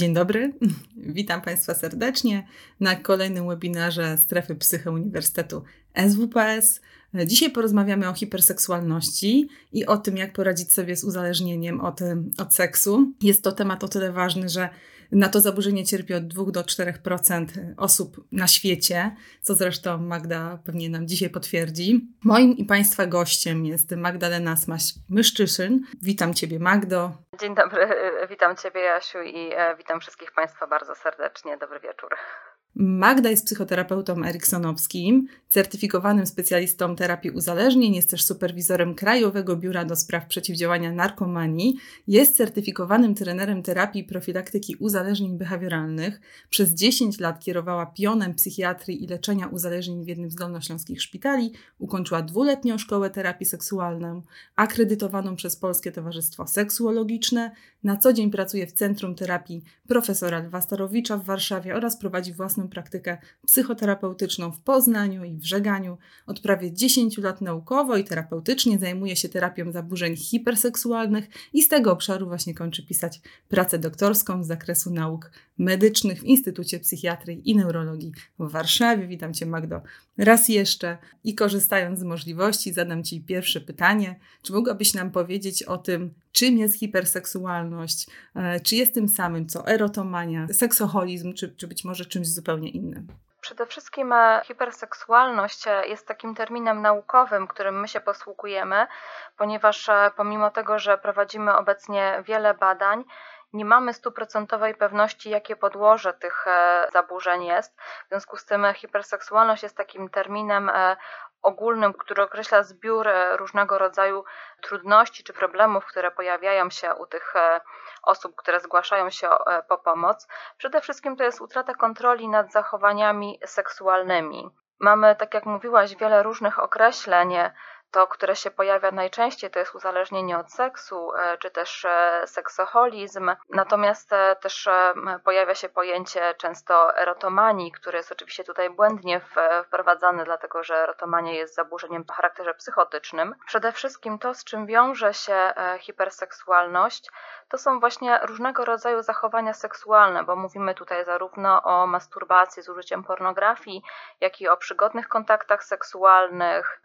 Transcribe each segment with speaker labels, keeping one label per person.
Speaker 1: Dzień dobry, witam Państwa serdecznie na kolejnym webinarze Strefy Psyche Uniwersytetu SWPS. Dzisiaj porozmawiamy o hiperseksualności i o tym, jak poradzić sobie z uzależnieniem od seksu. Jest to temat o tyle ważny, że na to zaburzenie cierpi od 2 do 4% osób na świecie, co zresztą Magda pewnie nam dzisiaj potwierdzi. Moim i Państwa gościem jest Magdalena Smaś-Myszczyszyn. Witam Ciebie, Magdo.
Speaker 2: Dzień dobry, witam Ciebie, Jasiu, i witam wszystkich Państwa bardzo serdecznie. Dobry wieczór.
Speaker 1: Magda jest psychoterapeutą eriksonowskim, certyfikowanym specjalistą terapii uzależnień, jest też superwizorem Krajowego Biura do Spraw Przeciwdziałania Narkomanii, jest certyfikowanym trenerem terapii i profilaktyki uzależnień behawioralnych. Przez 10 lat kierowała pionem psychiatrii i leczenia uzależnień w jednym z dolnośląskich szpitali, ukończyła 2-letnią szkołę terapii seksualną, akredytowaną przez Polskie Towarzystwo Seksuologiczne. Na co dzień pracuje w Centrum Terapii profesora Lwa Starowicza w Warszawie oraz prowadzi własną praktykę psychoterapeutyczną w Poznaniu i w Żeganiu. Od prawie 10 lat naukowo i terapeutycznie zajmuje się terapią zaburzeń hiperseksualnych i z tego obszaru właśnie kończy pisać pracę doktorską z zakresu nauk medycznych w Instytucie Psychiatrii i Neurologii w Warszawie. Witam Cię, Magdo, raz jeszcze i korzystając z możliwości zadam Ci pierwsze pytanie. Czy mogłabyś nam powiedzieć o tym, czym jest hiperseksualność? Czy jest tym samym co erotomania, seksoholizm, czy być może czymś zupełnie innym?
Speaker 2: Przede wszystkim hiperseksualność jest takim terminem naukowym, którym my się posługujemy, ponieważ pomimo tego, że prowadzimy obecnie wiele badań, nie mamy 100% pewności, jakie podłoże tych zaburzeń jest. W związku z tym hiperseksualność jest takim terminem ogólnym, który określa zbiór różnego rodzaju trudności czy problemów, które pojawiają się u tych osób, które zgłaszają się po pomoc. Przede wszystkim to jest utrata kontroli nad zachowaniami seksualnymi. Mamy, tak jak mówiłaś, wiele różnych określeń. To, które się pojawia najczęściej, to jest uzależnienie od seksu, czy też seksoholizm. Natomiast też pojawia się pojęcie często erotomanii, które jest oczywiście tutaj błędnie wprowadzane, dlatego że erotomania jest zaburzeniem o charakterze psychotycznym. Przede wszystkim to, z czym wiąże się hiperseksualność, to są właśnie różnego rodzaju zachowania seksualne, bo mówimy tutaj zarówno o masturbacji z użyciem pornografii, jak i o przygodnych kontaktach seksualnych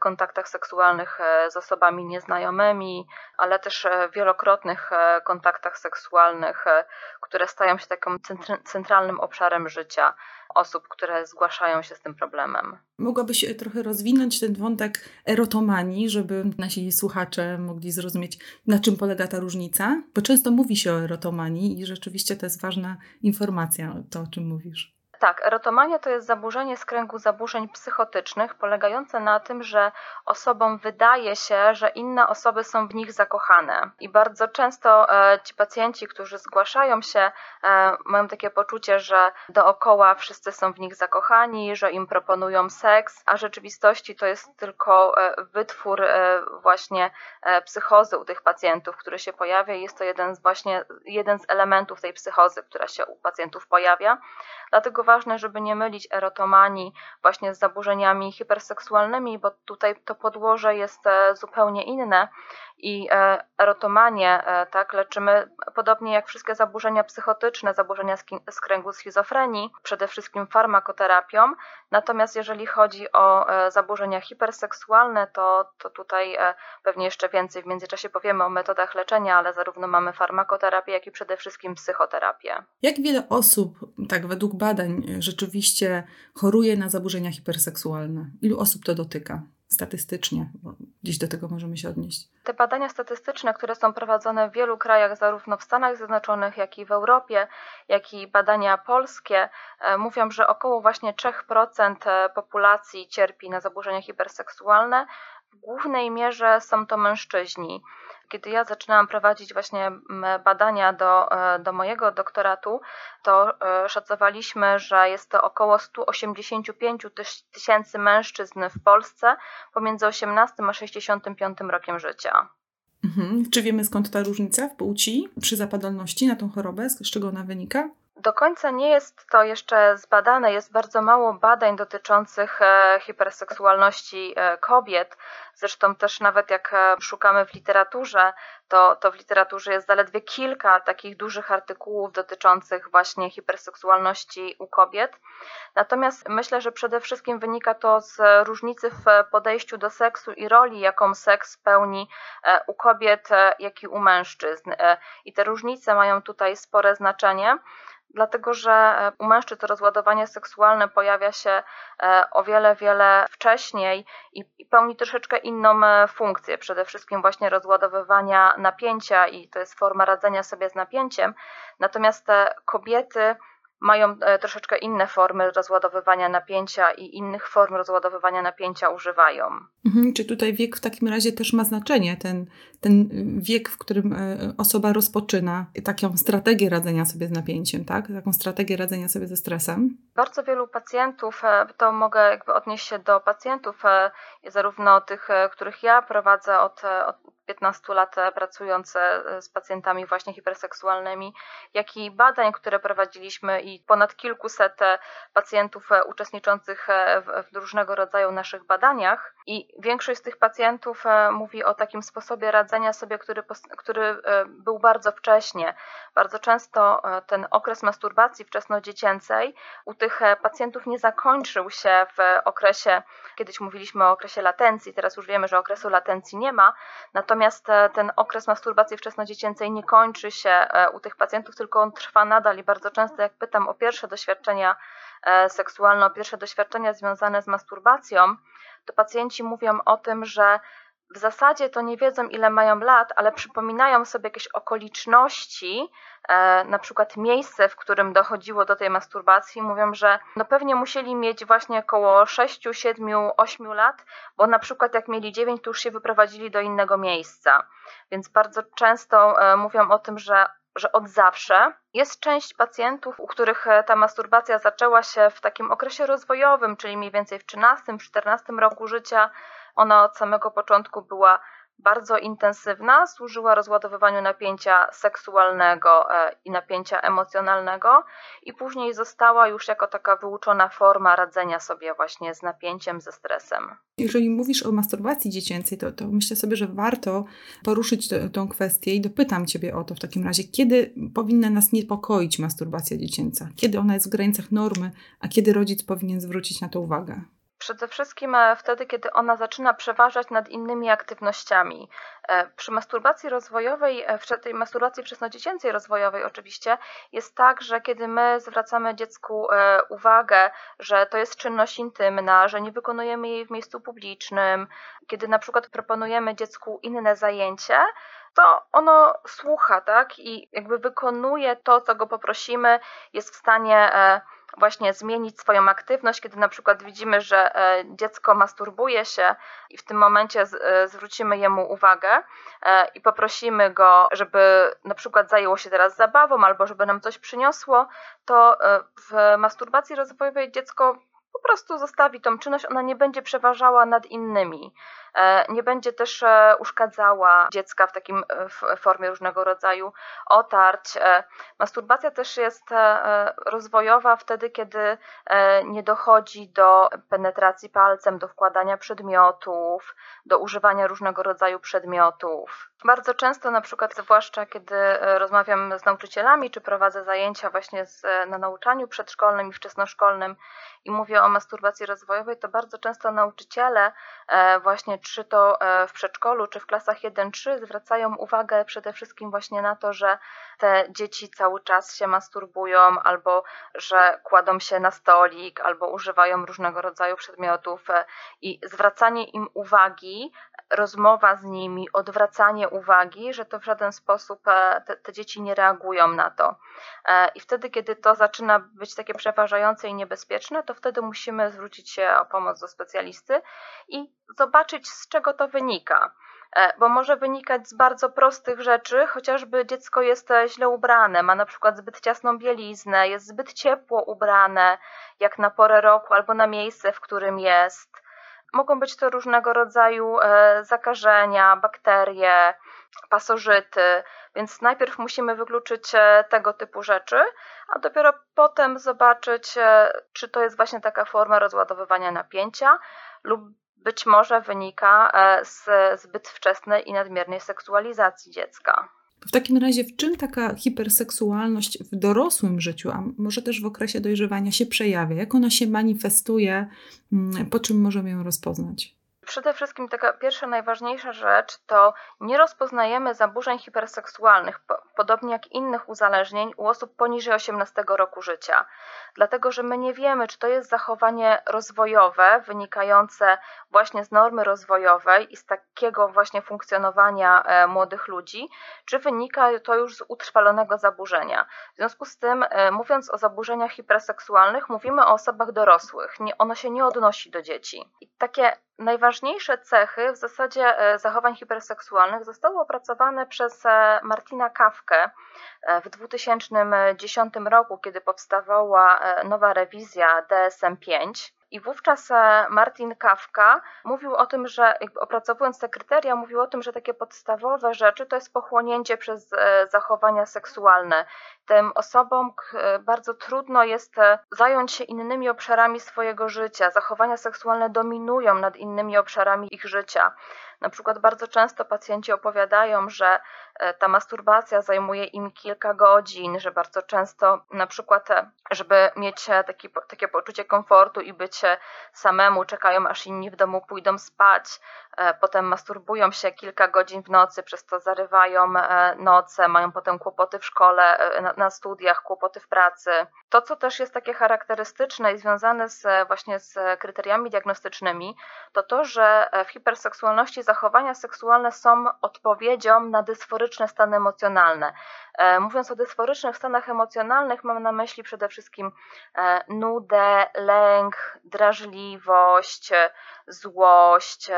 Speaker 2: z osobami nieznajomymi, ale też wielokrotnych kontaktach seksualnych, które stają się takim centralnym obszarem życia osób, które zgłaszają się z tym problemem.
Speaker 1: Mogłabyś trochę rozwinąć ten wątek erotomanii, żeby nasi słuchacze mogli zrozumieć, na czym polega ta różnica? Bo często mówi się o erotomanii i rzeczywiście to jest ważna informacja, to o czym mówisz.
Speaker 2: Tak, erotomania to jest zaburzenie z kręgu zaburzeń psychotycznych polegające na tym, że osobom wydaje się, że inne osoby są w nich zakochane. I bardzo często ci pacjenci, którzy zgłaszają się, mają takie poczucie, że dookoła wszyscy są w nich zakochani, że im proponują seks, a w rzeczywistości to jest tylko wytwór właśnie psychozy u tych pacjentów, który się pojawia i jest to jeden z elementów tej psychozy, która się u pacjentów pojawia. Dlatego ważne, żeby nie mylić erotomanii właśnie z zaburzeniami hiperseksualnymi, bo tutaj to podłoże jest zupełnie inne i erotomanię tak leczymy podobnie jak wszystkie zaburzenia psychotyczne, zaburzenia z kręgu schizofrenii, przede wszystkim farmakoterapią. Natomiast jeżeli chodzi o zaburzenia hiperseksualne, to tutaj pewnie jeszcze więcej w międzyczasie powiemy o metodach leczenia, ale zarówno mamy farmakoterapię, jak i przede wszystkim psychoterapię.
Speaker 1: Jak wiele osób, tak według badań, rzeczywiście choruje na zaburzenia hiperseksualne? Ilu osób to dotyka statystycznie? Bo gdzieś do tego możemy się odnieść.
Speaker 2: Te badania statystyczne, które są prowadzone w wielu krajach, zarówno w Stanach Zjednoczonych, jak i w Europie, jak i badania polskie, mówią, że około właśnie 3% populacji cierpi na zaburzenia hiperseksualne. W głównej mierze są to mężczyźni. Kiedy ja zaczynałam prowadzić właśnie badania do mojego doktoratu, to szacowaliśmy, że jest to około 185 tysięcy mężczyzn w Polsce pomiędzy 18 a 65 rokiem życia.
Speaker 1: Czy wiemy, skąd ta różnica w płci przy zapadalności na tą chorobę? Z czego ona wynika?
Speaker 2: Do końca nie jest to jeszcze zbadane, jest bardzo mało badań dotyczących hiperseksualności kobiet. Zresztą też nawet jak szukamy w literaturze, to w literaturze jest zaledwie kilka takich dużych artykułów dotyczących właśnie hiperseksualności u kobiet. Natomiast myślę, że przede wszystkim wynika to z różnicy w podejściu do seksu i roli, jaką seks pełni u kobiet, jak i u mężczyzn. I te różnice mają tutaj spore znaczenie, dlatego że u mężczyzn rozładowanie seksualne pojawia się o wiele, wiele wcześniej i pełni troszeczkę inną funkcję. Przede wszystkim właśnie rozładowywania napięcia i to jest forma radzenia sobie z napięciem. Natomiast te kobiety mają troszeczkę inne formy rozładowywania napięcia i innych form rozładowywania napięcia używają.
Speaker 1: Czy tutaj wiek w takim razie też ma znaczenie, ten wiek, w którym osoba rozpoczyna taką strategię radzenia sobie z napięciem, tak? Taką strategię radzenia sobie ze stresem?
Speaker 2: Bardzo wielu pacjentów, to mogę jakby odnieść się do pacjentów, zarówno tych, których ja prowadzę od 15 lat pracując z pacjentami właśnie hiperseksualnymi, jak i badań, które prowadziliśmy i ponad kilkuset pacjentów uczestniczących w różnego rodzaju naszych badaniach. I większość z tych pacjentów mówi o takim sposobie radzenia sobie, który był bardzo wcześnie. Bardzo często ten okres masturbacji wczesnodziecięcej u tych pacjentów nie zakończył się w okresie, kiedyś mówiliśmy o okresie latencji, teraz już wiemy, że okresu latencji nie ma, natomiast ten okres masturbacji wczesnodziecięcej nie kończy się u tych pacjentów, tylko on trwa nadal i bardzo często jak pytam o pierwsze doświadczenia seksualne, o pierwsze doświadczenia związane z masturbacją, to pacjenci mówią o tym, że w zasadzie to nie wiedzą, ile mają lat, ale przypominają sobie jakieś okoliczności, na przykład miejsce, w którym dochodziło do tej masturbacji. Mówią, że no pewnie musieli mieć właśnie około 6, 7, 8 lat, bo na przykład jak mieli 9, to już się wyprowadzili do innego miejsca. Więc bardzo często mówią o tym, że od zawsze. Jest część pacjentów, u których ta masturbacja zaczęła się w takim okresie rozwojowym, czyli mniej więcej w 13-14 roku życia. Ona od samego początku była bardzo intensywna, służyła rozładowywaniu napięcia seksualnego i napięcia emocjonalnego i później została już jako taka wyuczona forma radzenia sobie właśnie z napięciem, ze stresem.
Speaker 1: Jeżeli mówisz o masturbacji dziecięcej, to myślę sobie, że warto poruszyć tą kwestię i dopytam Ciebie o to w takim razie. Kiedy powinna nas niepokoić masturbacja dziecięca? Kiedy ona jest w granicach normy, a kiedy rodzic powinien zwrócić na to uwagę?
Speaker 2: Przede wszystkim wtedy, kiedy ona zaczyna przeważać nad innymi aktywnościami. Przy masturbacji rozwojowej, w tej masturbacji wczesnodziecięcej rozwojowej oczywiście, jest tak, że kiedy my zwracamy dziecku uwagę, że to jest czynność intymna, że nie wykonujemy jej w miejscu publicznym, kiedy na przykład proponujemy dziecku inne zajęcie, to ono słucha, tak? I jakby wykonuje to, co go poprosimy, jest w stanie właśnie zmienić swoją aktywność, kiedy na przykład widzimy, że dziecko masturbuje się i w tym momencie zwrócimy jemu uwagę i poprosimy go, żeby na przykład zajęło się teraz zabawą albo żeby nam coś przyniosło, to w masturbacji rozwojowej dziecko po prostu zostawi tą czynność, ona nie będzie przeważała nad innymi. Nie będzie też uszkadzała dziecka w takim w formie różnego rodzaju otarć. Masturbacja też jest rozwojowa wtedy, kiedy nie dochodzi do penetracji palcem, do wkładania przedmiotów, do używania różnego rodzaju przedmiotów. Bardzo często na przykład, zwłaszcza kiedy rozmawiam z nauczycielami, czy prowadzę zajęcia właśnie na nauczaniu przedszkolnym i wczesnoszkolnym i mówię o masturbacji rozwojowej, to bardzo często nauczyciele właśnie czy to w przedszkolu, czy w klasach 1-3 zwracają uwagę przede wszystkim właśnie na to, że te dzieci cały czas się masturbują, albo że kładą się na stolik, albo używają różnego rodzaju przedmiotów i zwracanie im uwagi, rozmowa z nimi, odwracanie uwagi, że to w żaden sposób te dzieci nie reagują na to. I wtedy, kiedy to zaczyna być takie przeważające i niebezpieczne, to wtedy musimy zwrócić się o pomoc do specjalisty i zobaczyć, z czego to wynika. Bo może wynikać z bardzo prostych rzeczy, chociażby dziecko jest źle ubrane, ma na przykład zbyt ciasną bieliznę, jest zbyt ciepło ubrane, jak na porę roku albo na miejsce, w którym jest. Mogą być to różnego rodzaju zakażenia, bakterie, pasożyty, więc najpierw musimy wykluczyć tego typu rzeczy, a dopiero potem zobaczyć, czy to jest właśnie taka forma rozładowywania napięcia lub być może wynika z zbyt wczesnej i nadmiernej seksualizacji dziecka.
Speaker 1: W takim razie w czym taka hiperseksualność w dorosłym życiu, a może też w okresie dojrzewania się przejawia? Jak ona się manifestuje? Po czym możemy ją rozpoznać?
Speaker 2: Przede wszystkim taka pierwsza, najważniejsza rzecz to nie rozpoznajemy zaburzeń hiperseksualnych, podobnie jak innych uzależnień, u osób poniżej 18 roku życia. Dlatego, że my nie wiemy, czy to jest zachowanie rozwojowe wynikające właśnie z normy rozwojowej i z takiego właśnie funkcjonowania młodych ludzi, czy wynika to już z utrwalonego zaburzenia. W związku z tym, mówiąc o zaburzeniach hiperseksualnych, mówimy o osobach dorosłych. Ono się nie odnosi do dzieci. I takie najważniejsze cechy w zasadzie zachowań hiperseksualnych zostały opracowane przez Martina Kafkę w 2010 roku, kiedy powstawała nowa rewizja DSM-5. I wówczas Martin Kafka mówił o tym, że opracowując te kryteria, mówił o tym, że takie podstawowe rzeczy to jest pochłonięcie przez zachowania seksualne. Tym osobom bardzo trudno jest zająć się innymi obszarami swojego życia. Zachowania seksualne dominują nad innymi obszarami ich życia. Na przykład bardzo często pacjenci opowiadają, że ta masturbacja zajmuje im kilka godzin, że bardzo często na przykład, żeby mieć takie poczucie komfortu i być samemu, czekają aż inni w domu pójdą spać, potem masturbują się kilka godzin w nocy, przez to zarywają noce, mają potem kłopoty w szkole, na studiach, kłopoty w pracy. To, co też jest takie charakterystyczne i związane właśnie z kryteriami diagnostycznymi, to, że w hiperseksualności zachowania seksualne są odpowiedzią na dysforyczne stany emocjonalne. Mówiąc o dysforycznych stanach emocjonalnych, mam na myśli przede wszystkim nudę, lęk, drażliwość, złość,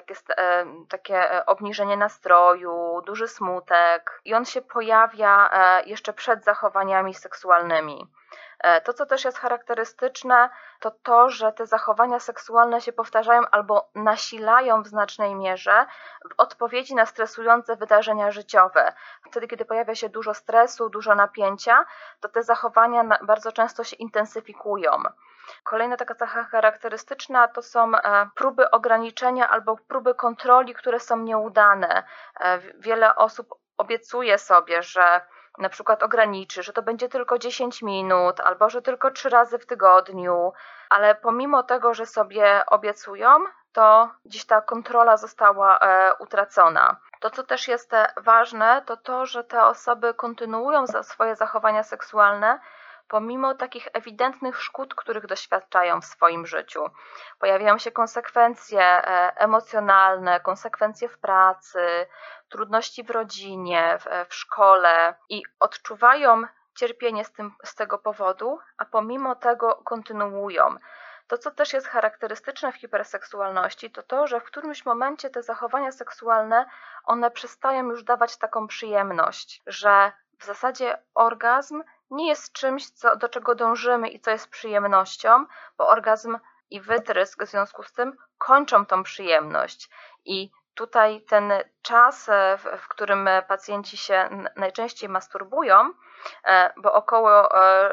Speaker 2: takie obniżenie nastroju, duży smutek i on się pojawia jeszcze przed zachowaniami seksualnymi. To, co też jest charakterystyczne, to, że te zachowania seksualne się powtarzają albo nasilają w znacznej mierze w odpowiedzi na stresujące wydarzenia życiowe. Wtedy, kiedy pojawia się dużo stresu, dużo napięcia, to te zachowania bardzo często się intensyfikują. Kolejna taka cecha charakterystyczna to są próby ograniczenia albo próby kontroli, które są nieudane. Wiele osób obiecuje sobie, że na przykład ograniczy, że to będzie tylko 10 minut albo że tylko 3 razy w tygodniu, ale pomimo tego, że sobie obiecują, to gdzieś ta kontrola została utracona. To, co też jest ważne, to, że te osoby kontynuują swoje zachowania seksualne pomimo takich ewidentnych szkód, których doświadczają w swoim życiu. Pojawiają się konsekwencje emocjonalne, konsekwencje w pracy, trudności w rodzinie, w szkole i odczuwają cierpienie z tego powodu, a pomimo tego kontynuują. To, co też jest charakterystyczne w hiperseksualności, to, że w którymś momencie te zachowania seksualne, one przestają już dawać taką przyjemność, że w zasadzie orgazm nie jest czymś, do czego dążymy i co jest przyjemnością, bo orgazm i wytrysk w związku z tym kończą tą przyjemność. I tutaj ten czas, w którym pacjenci się najczęściej masturbują, bo około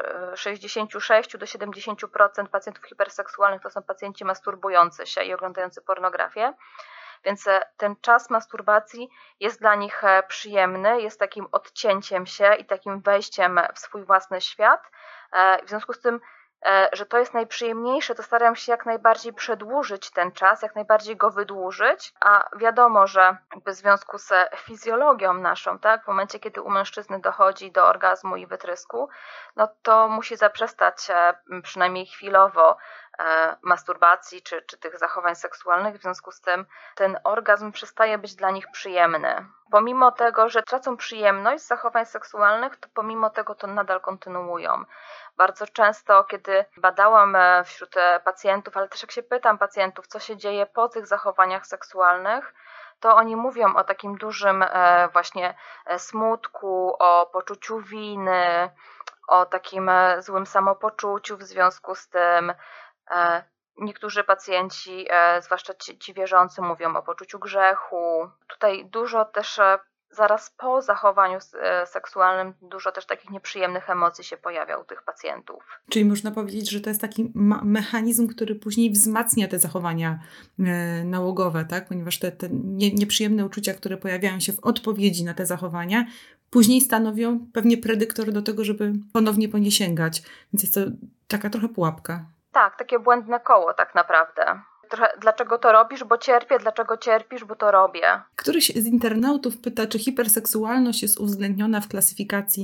Speaker 2: 66 do 70% pacjentów hiperseksualnych to są pacjenci masturbujący się i oglądający pornografię, więc ten czas masturbacji jest dla nich przyjemny, jest takim odcięciem się i takim wejściem w swój własny świat. W związku z tym, że to jest najprzyjemniejsze, to staram się jak najbardziej przedłużyć ten czas, jak najbardziej go wydłużyć, a wiadomo, że w związku z fizjologią naszą, tak, w momencie, kiedy u mężczyzny dochodzi do orgazmu i wytrysku, no to musi zaprzestać przynajmniej chwilowo masturbacji czy tych zachowań seksualnych, w związku z tym ten orgazm przestaje być dla nich przyjemny. Pomimo tego, że tracą przyjemność z zachowań seksualnych, to pomimo tego to nadal kontynuują. Bardzo często, kiedy badałam wśród pacjentów, ale też jak się pytam pacjentów, co się dzieje po tych zachowaniach seksualnych, to oni mówią o takim dużym właśnie smutku, o poczuciu winy, o takim złym samopoczuciu w związku z tym. Niektórzy pacjenci, zwłaszcza ci wierzący, mówią o poczuciu grzechu. Tutaj dużo też zaraz po zachowaniu seksualnym dużo też takich nieprzyjemnych emocji się pojawia u tych pacjentów.
Speaker 1: Czyli można powiedzieć, że to jest taki mechanizm, który później wzmacnia te zachowania nałogowe, tak? Ponieważ te nieprzyjemne uczucia, które pojawiają się w odpowiedzi na te zachowania, później stanowią pewnie predyktor do tego, żeby ponownie po nie sięgać. Więc jest to taka trochę pułapka.
Speaker 2: Tak, takie błędne koło tak naprawdę. Dlaczego to robisz? Bo cierpię. Dlaczego cierpisz? Bo to robię.
Speaker 1: Któryś z internautów pyta, czy hiperseksualność jest uwzględniona w klasyfikacji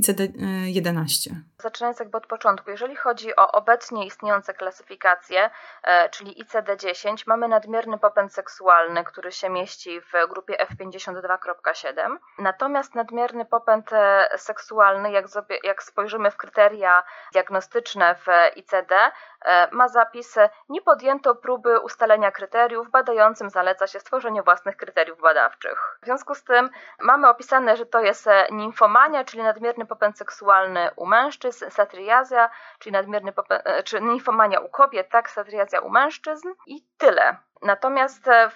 Speaker 1: ICD-11.
Speaker 2: Zaczynając jakby od początku, jeżeli chodzi o obecnie istniejące klasyfikacje, czyli ICD-10, mamy nadmierny popęd seksualny, który się mieści w grupie F52.7. Natomiast nadmierny popęd seksualny, jak spojrzymy w kryteria diagnostyczne w ICD, ma zapis: nie podjęto próby ustalenia kryteriów, badającym zaleca się stworzenie własnych kryteriów badawczych. W związku z tym mamy opisane, że to jest nimfomania, czyli nadmierny popęd seksualny u mężczyzn, satriazja, czyli czy nimfomania u kobiet, tak, satriazja u mężczyzn i tyle. Natomiast w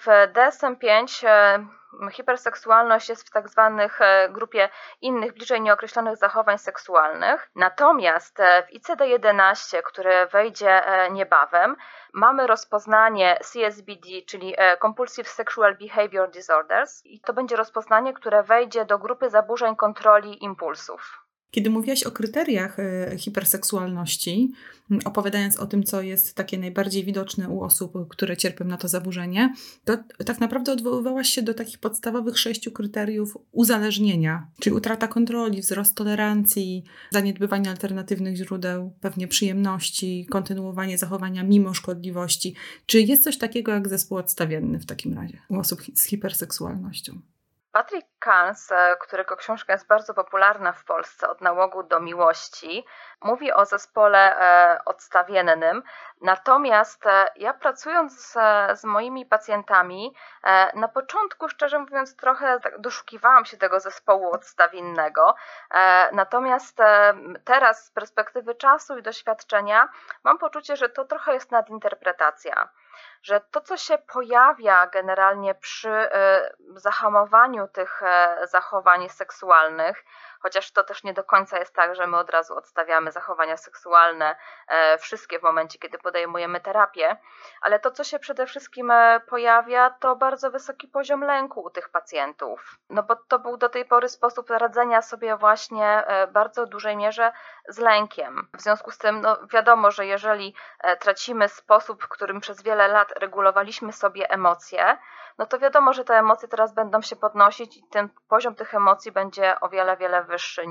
Speaker 2: DSM-5 hiperseksualność jest w tak zwanych grupie innych, bliżej nieokreślonych zachowań seksualnych. Natomiast w ICD-11, które wejdzie niebawem, mamy rozpoznanie CSBD, czyli Compulsive Sexual Behavior Disorders, i to będzie rozpoznanie, które wejdzie do grupy zaburzeń kontroli impulsów.
Speaker 1: Kiedy mówiłaś o kryteriach hiperseksualności, opowiadając o tym, co jest takie najbardziej widoczne u osób, które cierpią na to zaburzenie, to tak naprawdę odwoływałaś się do takich podstawowych 6 kryteriów uzależnienia, czyli utrata kontroli, wzrost tolerancji, zaniedbywanie alternatywnych źródeł, pewnie przyjemności, kontynuowanie zachowania mimo szkodliwości. Czy jest coś takiego jak zespół odstawienny w takim razie u osób z hiperseksualnością?
Speaker 2: Patrick Carnes, którego książka jest bardzo popularna w Polsce, Od nałogu do miłości, mówi o zespole odstawiennym. Natomiast ja, pracując z moimi pacjentami, na początku, szczerze mówiąc, trochę doszukiwałam się tego zespołu odstawiennego. Natomiast teraz z perspektywy czasu i doświadczenia mam poczucie, że to trochę jest nadinterpretacja. Że to, co się pojawia generalnie przy zahamowaniu tych zachowań seksualnych, chociaż to też nie do końca jest tak, że my od razu odstawiamy zachowania seksualne wszystkie w momencie, kiedy podejmujemy terapię, ale to, co się przede wszystkim pojawia, to bardzo wysoki poziom lęku u tych pacjentów. No bo to był do tej pory sposób radzenia sobie właśnie w bardzo dużej mierze z lękiem. W związku z tym wiadomo, że jeżeli tracimy sposób, w którym przez wiele lat regulowaliśmy sobie emocje, no to wiadomo, że te emocje teraz będą się podnosić i ten poziom tych emocji będzie o wiele, wiele wyższy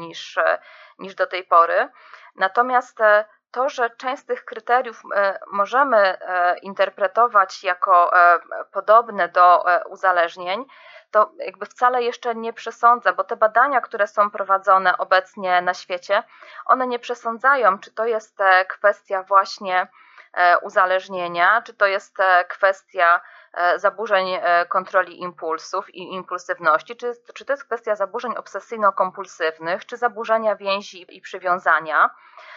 Speaker 2: niż do tej pory. Natomiast to, że część z tych kryteriów możemy interpretować jako podobne do uzależnień, to jakby wcale jeszcze nie przesądza, bo te badania, które są prowadzone obecnie na świecie, one nie przesądzają, czy to jest kwestia właśnie uzależnienia, czy to jest kwestia zaburzeń kontroli impulsów i impulsywności, czy to jest kwestia zaburzeń obsesyjno-kompulsywnych, czy zaburzenia więzi i przywiązania.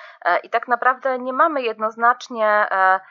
Speaker 2: I tak naprawdę nie mamy jednoznacznie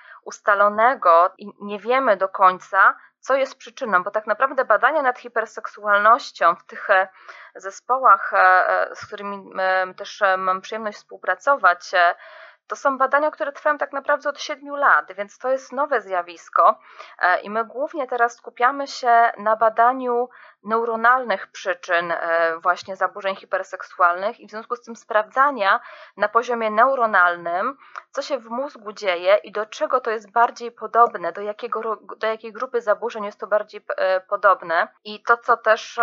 Speaker 2: ustalonego i nie wiemy do końca, co jest przyczyną, bo tak naprawdę badania nad hiperseksualnością w tych zespołach, z którymi też mam przyjemność współpracować, to są badania, które trwają tak naprawdę od 7 lat, więc to jest nowe zjawisko i my głównie teraz skupiamy się na badaniu neuronalnych przyczyn właśnie zaburzeń hiperseksualnych i w związku z tym sprawdzania na poziomie neuronalnym, co się w mózgu dzieje i do czego to jest bardziej podobne, do jakiej grupy zaburzeń jest to bardziej podobne. I to, co też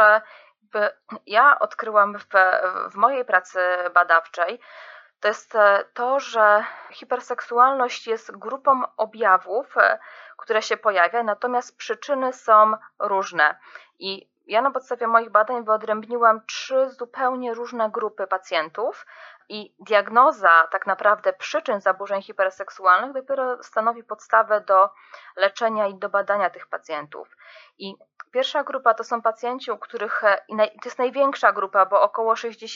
Speaker 2: ja odkryłam w mojej pracy badawczej, to jest to, że hiperseksualność jest grupą objawów, które się pojawia, natomiast przyczyny są różne. I ja na podstawie moich badań wyodrębniłam 3 zupełnie różne grupy pacjentów i diagnoza tak naprawdę przyczyn zaburzeń hiperseksualnych dopiero stanowi podstawę do leczenia i do badania tych pacjentów. I pierwsza grupa to są pacjenci, u których, to jest największa grupa, bo około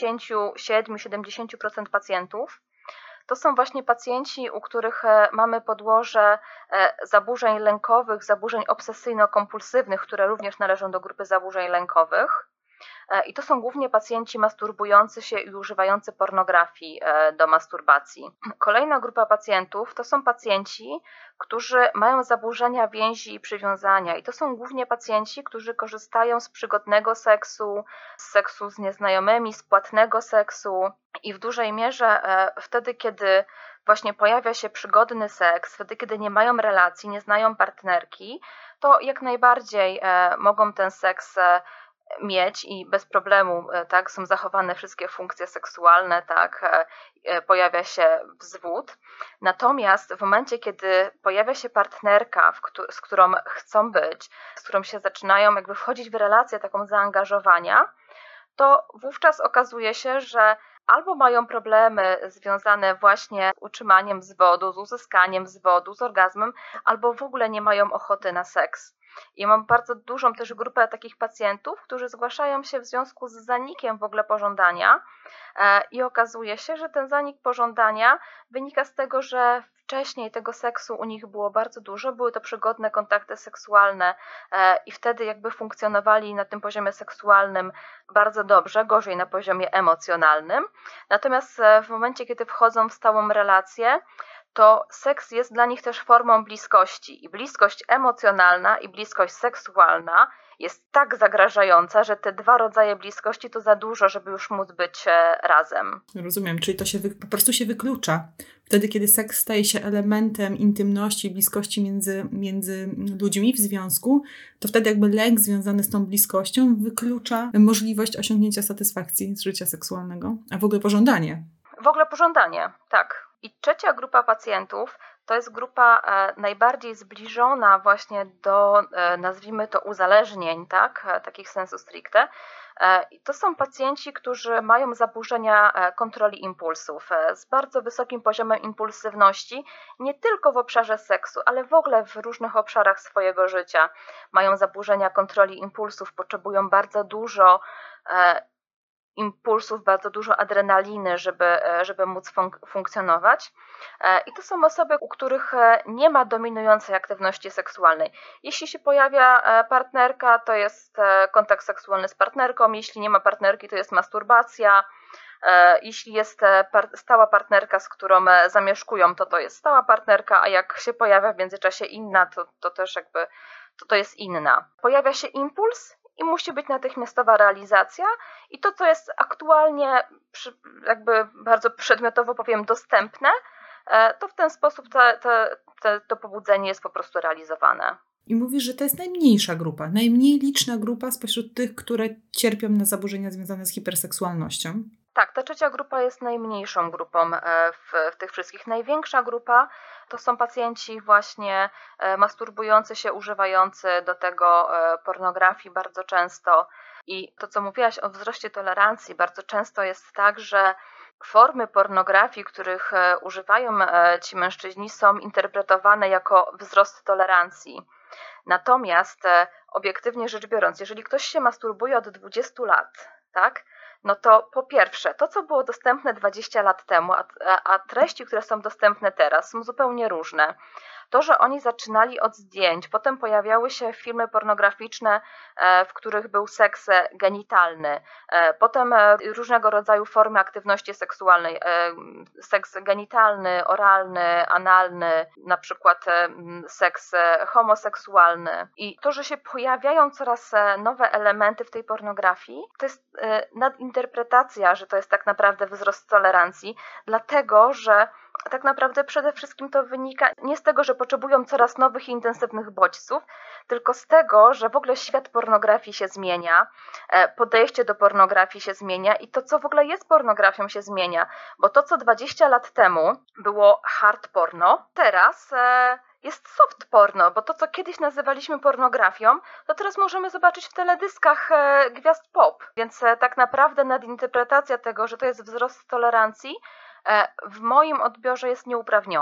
Speaker 2: 67-70% pacjentów, to są właśnie pacjenci, u których mamy podłoże zaburzeń lękowych, zaburzeń obsesyjno-kompulsywnych, które również należą do grupy zaburzeń lękowych. I to są głównie pacjenci masturbujący się i używający pornografii do masturbacji. Kolejna grupa pacjentów to są pacjenci, którzy mają zaburzenia więzi i przywiązania i to są głównie pacjenci, którzy korzystają z przygodnego seksu, z seksu z nieznajomymi, z płatnego seksu i w dużej mierze wtedy, kiedy właśnie pojawia się przygodny seks, wtedy, kiedy nie mają relacji, nie znają partnerki, to jak najbardziej mogą ten seks mieć i bez problemu, tak, są zachowane wszystkie funkcje seksualne, tak, pojawia się wzwód. Natomiast w momencie, kiedy pojawia się partnerka, z którą chcą być, z którą się zaczynają jakby wchodzić w relację taką zaangażowania, to wówczas okazuje się, że albo mają problemy związane właśnie z utrzymaniem wzwodu, z uzyskaniem wzwodu, z orgazmem, albo w ogóle nie mają ochoty na seks. I mam bardzo dużą też grupę takich pacjentów, którzy zgłaszają się w związku z zanikiem w ogóle pożądania i okazuje się, że ten zanik pożądania wynika z tego, że wcześniej tego seksu u nich było bardzo dużo, były to przygodne kontakty seksualne i wtedy jakby funkcjonowali na tym poziomie seksualnym bardzo dobrze, gorzej na poziomie emocjonalnym. Natomiast w momencie, kiedy wchodzą w stałą relację, to seks jest dla nich też formą bliskości i bliskość emocjonalna i bliskość seksualna jest tak zagrażająca, że te dwa rodzaje bliskości to za dużo, żeby już móc być razem.
Speaker 1: Rozumiem, czyli to się po prostu się wyklucza. Wtedy, kiedy seks staje się elementem intymności, bliskości między ludźmi w związku, to wtedy jakby lęk związany z tą bliskością wyklucza możliwość osiągnięcia satysfakcji z życia seksualnego, a w ogóle pożądanie.
Speaker 2: W ogóle pożądanie, tak. I trzecia grupa pacjentów to jest grupa najbardziej zbliżona właśnie do, nazwijmy to, uzależnień, tak, takich sensu stricte. I to są pacjenci, którzy mają zaburzenia kontroli impulsów z bardzo wysokim poziomem impulsywności, nie tylko w obszarze seksu, ale w ogóle w różnych obszarach swojego życia. Mają zaburzenia kontroli impulsów, potrzebują bardzo dużo impulsów, bardzo dużo adrenaliny, żeby móc funkcjonować. I to są osoby, u których nie ma dominującej aktywności seksualnej. Jeśli się pojawia partnerka, to jest kontakt seksualny z partnerką, jeśli nie ma partnerki, to jest masturbacja. Jeśli jest stała partnerka, z którą zamieszkują, to jest stała partnerka, a jak się pojawia w międzyczasie inna, to też jakby to jest inna. Pojawia się impuls i musi być natychmiastowa realizacja i to, co jest aktualnie jakby bardzo przedmiotowo powiem dostępne, to w ten sposób to pobudzenie jest po prostu realizowane.
Speaker 1: I mówisz, że to jest najmniejsza grupa, najmniej liczna grupa spośród tych, które cierpią na zaburzenia związane z hiperseksualnością.
Speaker 2: Tak, ta trzecia grupa jest najmniejszą grupą w tych wszystkich. Największa grupa to są pacjenci właśnie masturbujący się, używający do tego pornografii bardzo często. I to, co mówiłaś o wzroście tolerancji, bardzo często jest tak, że formy pornografii, których używają ci mężczyźni, są interpretowane jako wzrost tolerancji. Natomiast obiektywnie rzecz biorąc, jeżeli ktoś się masturbuje od 20 lat, tak, no to po pierwsze, to co było dostępne 20 lat temu, a treści, które są dostępne teraz, są zupełnie różne. To, że oni zaczynali od zdjęć, potem pojawiały się filmy pornograficzne, w których był seks genitalny, potem różnego rodzaju formy aktywności seksualnej, seks genitalny, oralny, analny, na przykład seks homoseksualny. I to, że się pojawiają coraz nowe elementy w tej pornografii, to jest nadinterpretacja, że to jest tak naprawdę wzrost tolerancji, dlatego, że tak naprawdę przede wszystkim to wynika nie z tego, że potrzebują coraz nowych i intensywnych bodźców, tylko z tego, że w ogóle świat pornografii się zmienia, podejście do pornografii się zmienia i to, co w ogóle jest pornografią, się zmienia. Bo to, co 20 lat temu było hard porno, teraz jest soft porno, bo to, co kiedyś nazywaliśmy pornografią, to teraz możemy zobaczyć w teledyskach gwiazd pop. Więc tak naprawdę nadinterpretacja tego, że to jest wzrost tolerancji, w moim odbiorze jest nieuprawniona.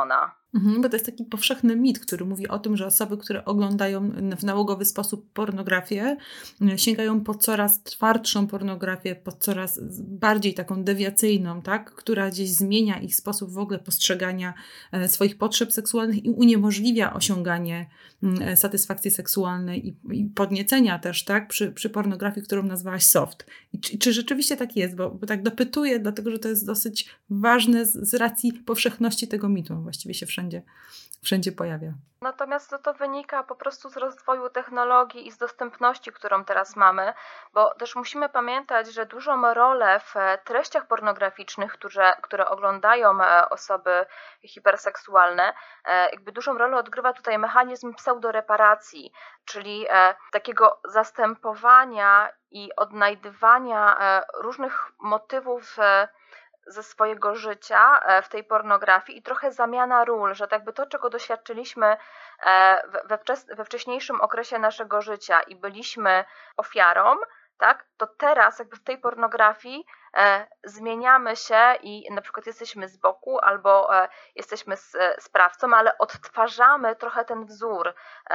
Speaker 1: Bo to jest taki powszechny mit, który mówi o tym, że osoby, które oglądają w nałogowy sposób pornografię, sięgają po coraz twardszą pornografię, po coraz bardziej taką dewiacyjną, tak? Która gdzieś zmienia ich sposób w ogóle postrzegania swoich potrzeb seksualnych i uniemożliwia osiąganie satysfakcji seksualnej i podniecenia też, tak? Przy pornografii, którą nazwałaś soft. I czy rzeczywiście tak jest? Bo tak dopytuję, dlatego że to jest dosyć ważne z racji powszechności tego mitu. Właściwie się wszędzie pojawia.
Speaker 2: Natomiast to wynika po prostu z rozwoju technologii i z dostępności, którą teraz mamy, bo też musimy pamiętać, że dużą rolę w treściach pornograficznych, które oglądają osoby hiperseksualne, jakby dużą rolę odgrywa tutaj mechanizm pseudoreparacji, czyli takiego zastępowania i odnajdywania różnych motywów ze swojego życia w tej pornografii i trochę zamiana ról, że tak by to, czego doświadczyliśmy we wcześniejszym okresie naszego życia i byliśmy ofiarą, tak, to teraz jakby w tej pornografii zmieniamy się i na przykład jesteśmy z boku albo jesteśmy sprawcą, ale odtwarzamy trochę ten wzór,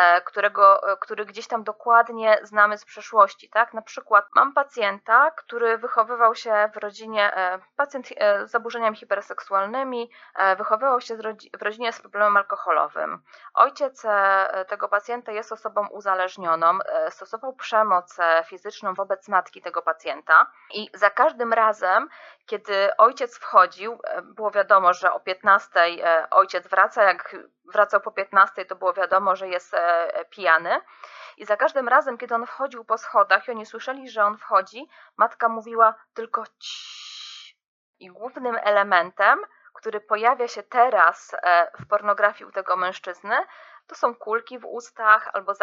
Speaker 2: który gdzieś tam dokładnie znamy z przeszłości. Tak? Na przykład mam pacjenta, który wychowywał się w rodzinie, pacjent z zaburzeniami hiperseksualnymi, wychowywał się w rodzinie z problemem alkoholowym. Ojciec tego pacjenta jest osobą uzależnioną, stosował przemoc fizyczną wobec matki tego pacjenta i za każdym razem, kiedy ojciec wchodził, było wiadomo, że o 15:00 ojciec wraca, jak wracał po 15:00, to było wiadomo, że jest pijany. I za każdym razem, kiedy on wchodził po schodach i oni słyszeli, że on wchodzi, matka mówiła tylko ciii. I głównym elementem, który pojawia się teraz w pornografii u tego mężczyzny, to są kulki w ustach albo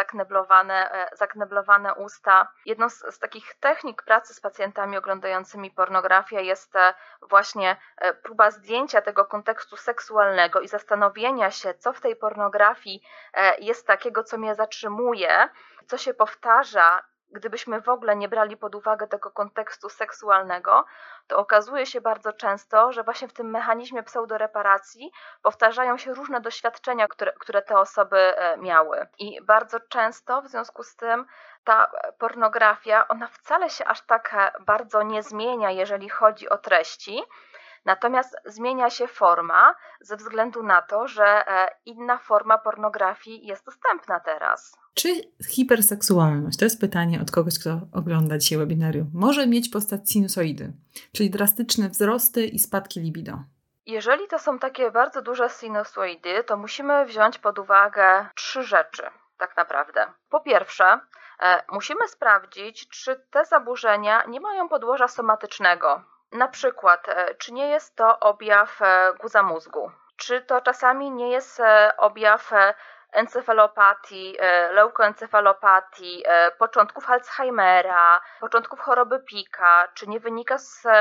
Speaker 2: zakneblowane usta. Jedną z takich technik pracy z pacjentami oglądającymi pornografię jest właśnie próba zdjęcia tego kontekstu seksualnego i zastanowienia się, co w tej pornografii jest takiego, co mnie zatrzymuje, co się powtarza. Gdybyśmy w ogóle nie brali pod uwagę tego kontekstu seksualnego, to okazuje się bardzo często, że właśnie w tym mechanizmie pseudoreparacji powtarzają się różne doświadczenia, które te osoby miały. I bardzo często w związku z tym ta pornografia, ona wcale się aż tak bardzo nie zmienia, jeżeli chodzi o treści, natomiast zmienia się forma ze względu na to, że inna forma pornografii jest dostępna teraz.
Speaker 1: Czy hiperseksualność, to jest pytanie od kogoś, kto ogląda dzisiaj webinarium, może mieć postać sinusoidy, czyli drastyczne wzrosty i spadki libido?
Speaker 2: Jeżeli to są takie bardzo duże sinusoidy, to musimy wziąć pod uwagę 3 rzeczy tak naprawdę. Po pierwsze, musimy sprawdzić, czy te zaburzenia nie mają podłoża somatycznego. Na przykład, czy nie jest to objaw guza mózgu, czy to czasami nie jest objaw encefalopatii, leukoencefalopatii, początków Alzheimera, początków choroby Picka, czy nie wynika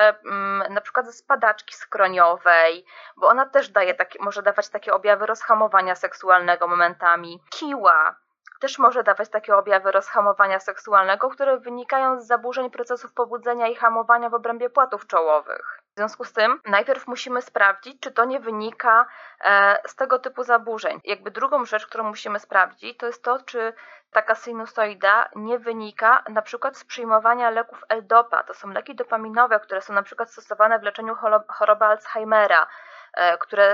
Speaker 2: na przykład ze spadaczki skroniowej, bo ona też może dawać takie objawy rozhamowania seksualnego momentami. Kiła też może dawać takie objawy rozhamowania seksualnego, które wynikają z zaburzeń procesów pobudzenia i hamowania w obrębie płatów czołowych. W związku z tym najpierw musimy sprawdzić, czy to nie wynika z tego typu zaburzeń. Jakby drugą rzecz, którą musimy sprawdzić, to jest to, czy taka sinusoida nie wynika na przykład z przyjmowania leków L-Dopa. To są leki dopaminowe, które są na przykład stosowane w leczeniu choroby Alzheimera, które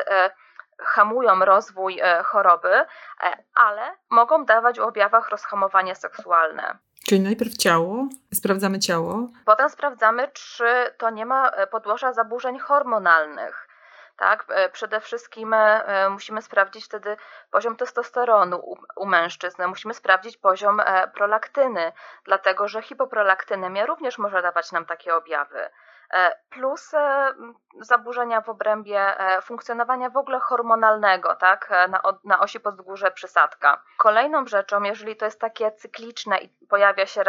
Speaker 2: hamują rozwój choroby, ale mogą dawać w objawach rozhamowanie seksualne.
Speaker 1: Czyli najpierw ciało, sprawdzamy ciało.
Speaker 2: Potem sprawdzamy, czy to nie ma podłoża zaburzeń hormonalnych. Tak? Przede wszystkim musimy sprawdzić wtedy poziom testosteronu u mężczyzn, musimy sprawdzić poziom prolaktyny, dlatego że hipoprolaktynemia również może dawać nam takie objawy. Plus zaburzenia w obrębie funkcjonowania w ogóle hormonalnego, tak, na osi poddgórze-przysadka. Kolejną rzeczą, jeżeli to jest takie cykliczne i pojawia się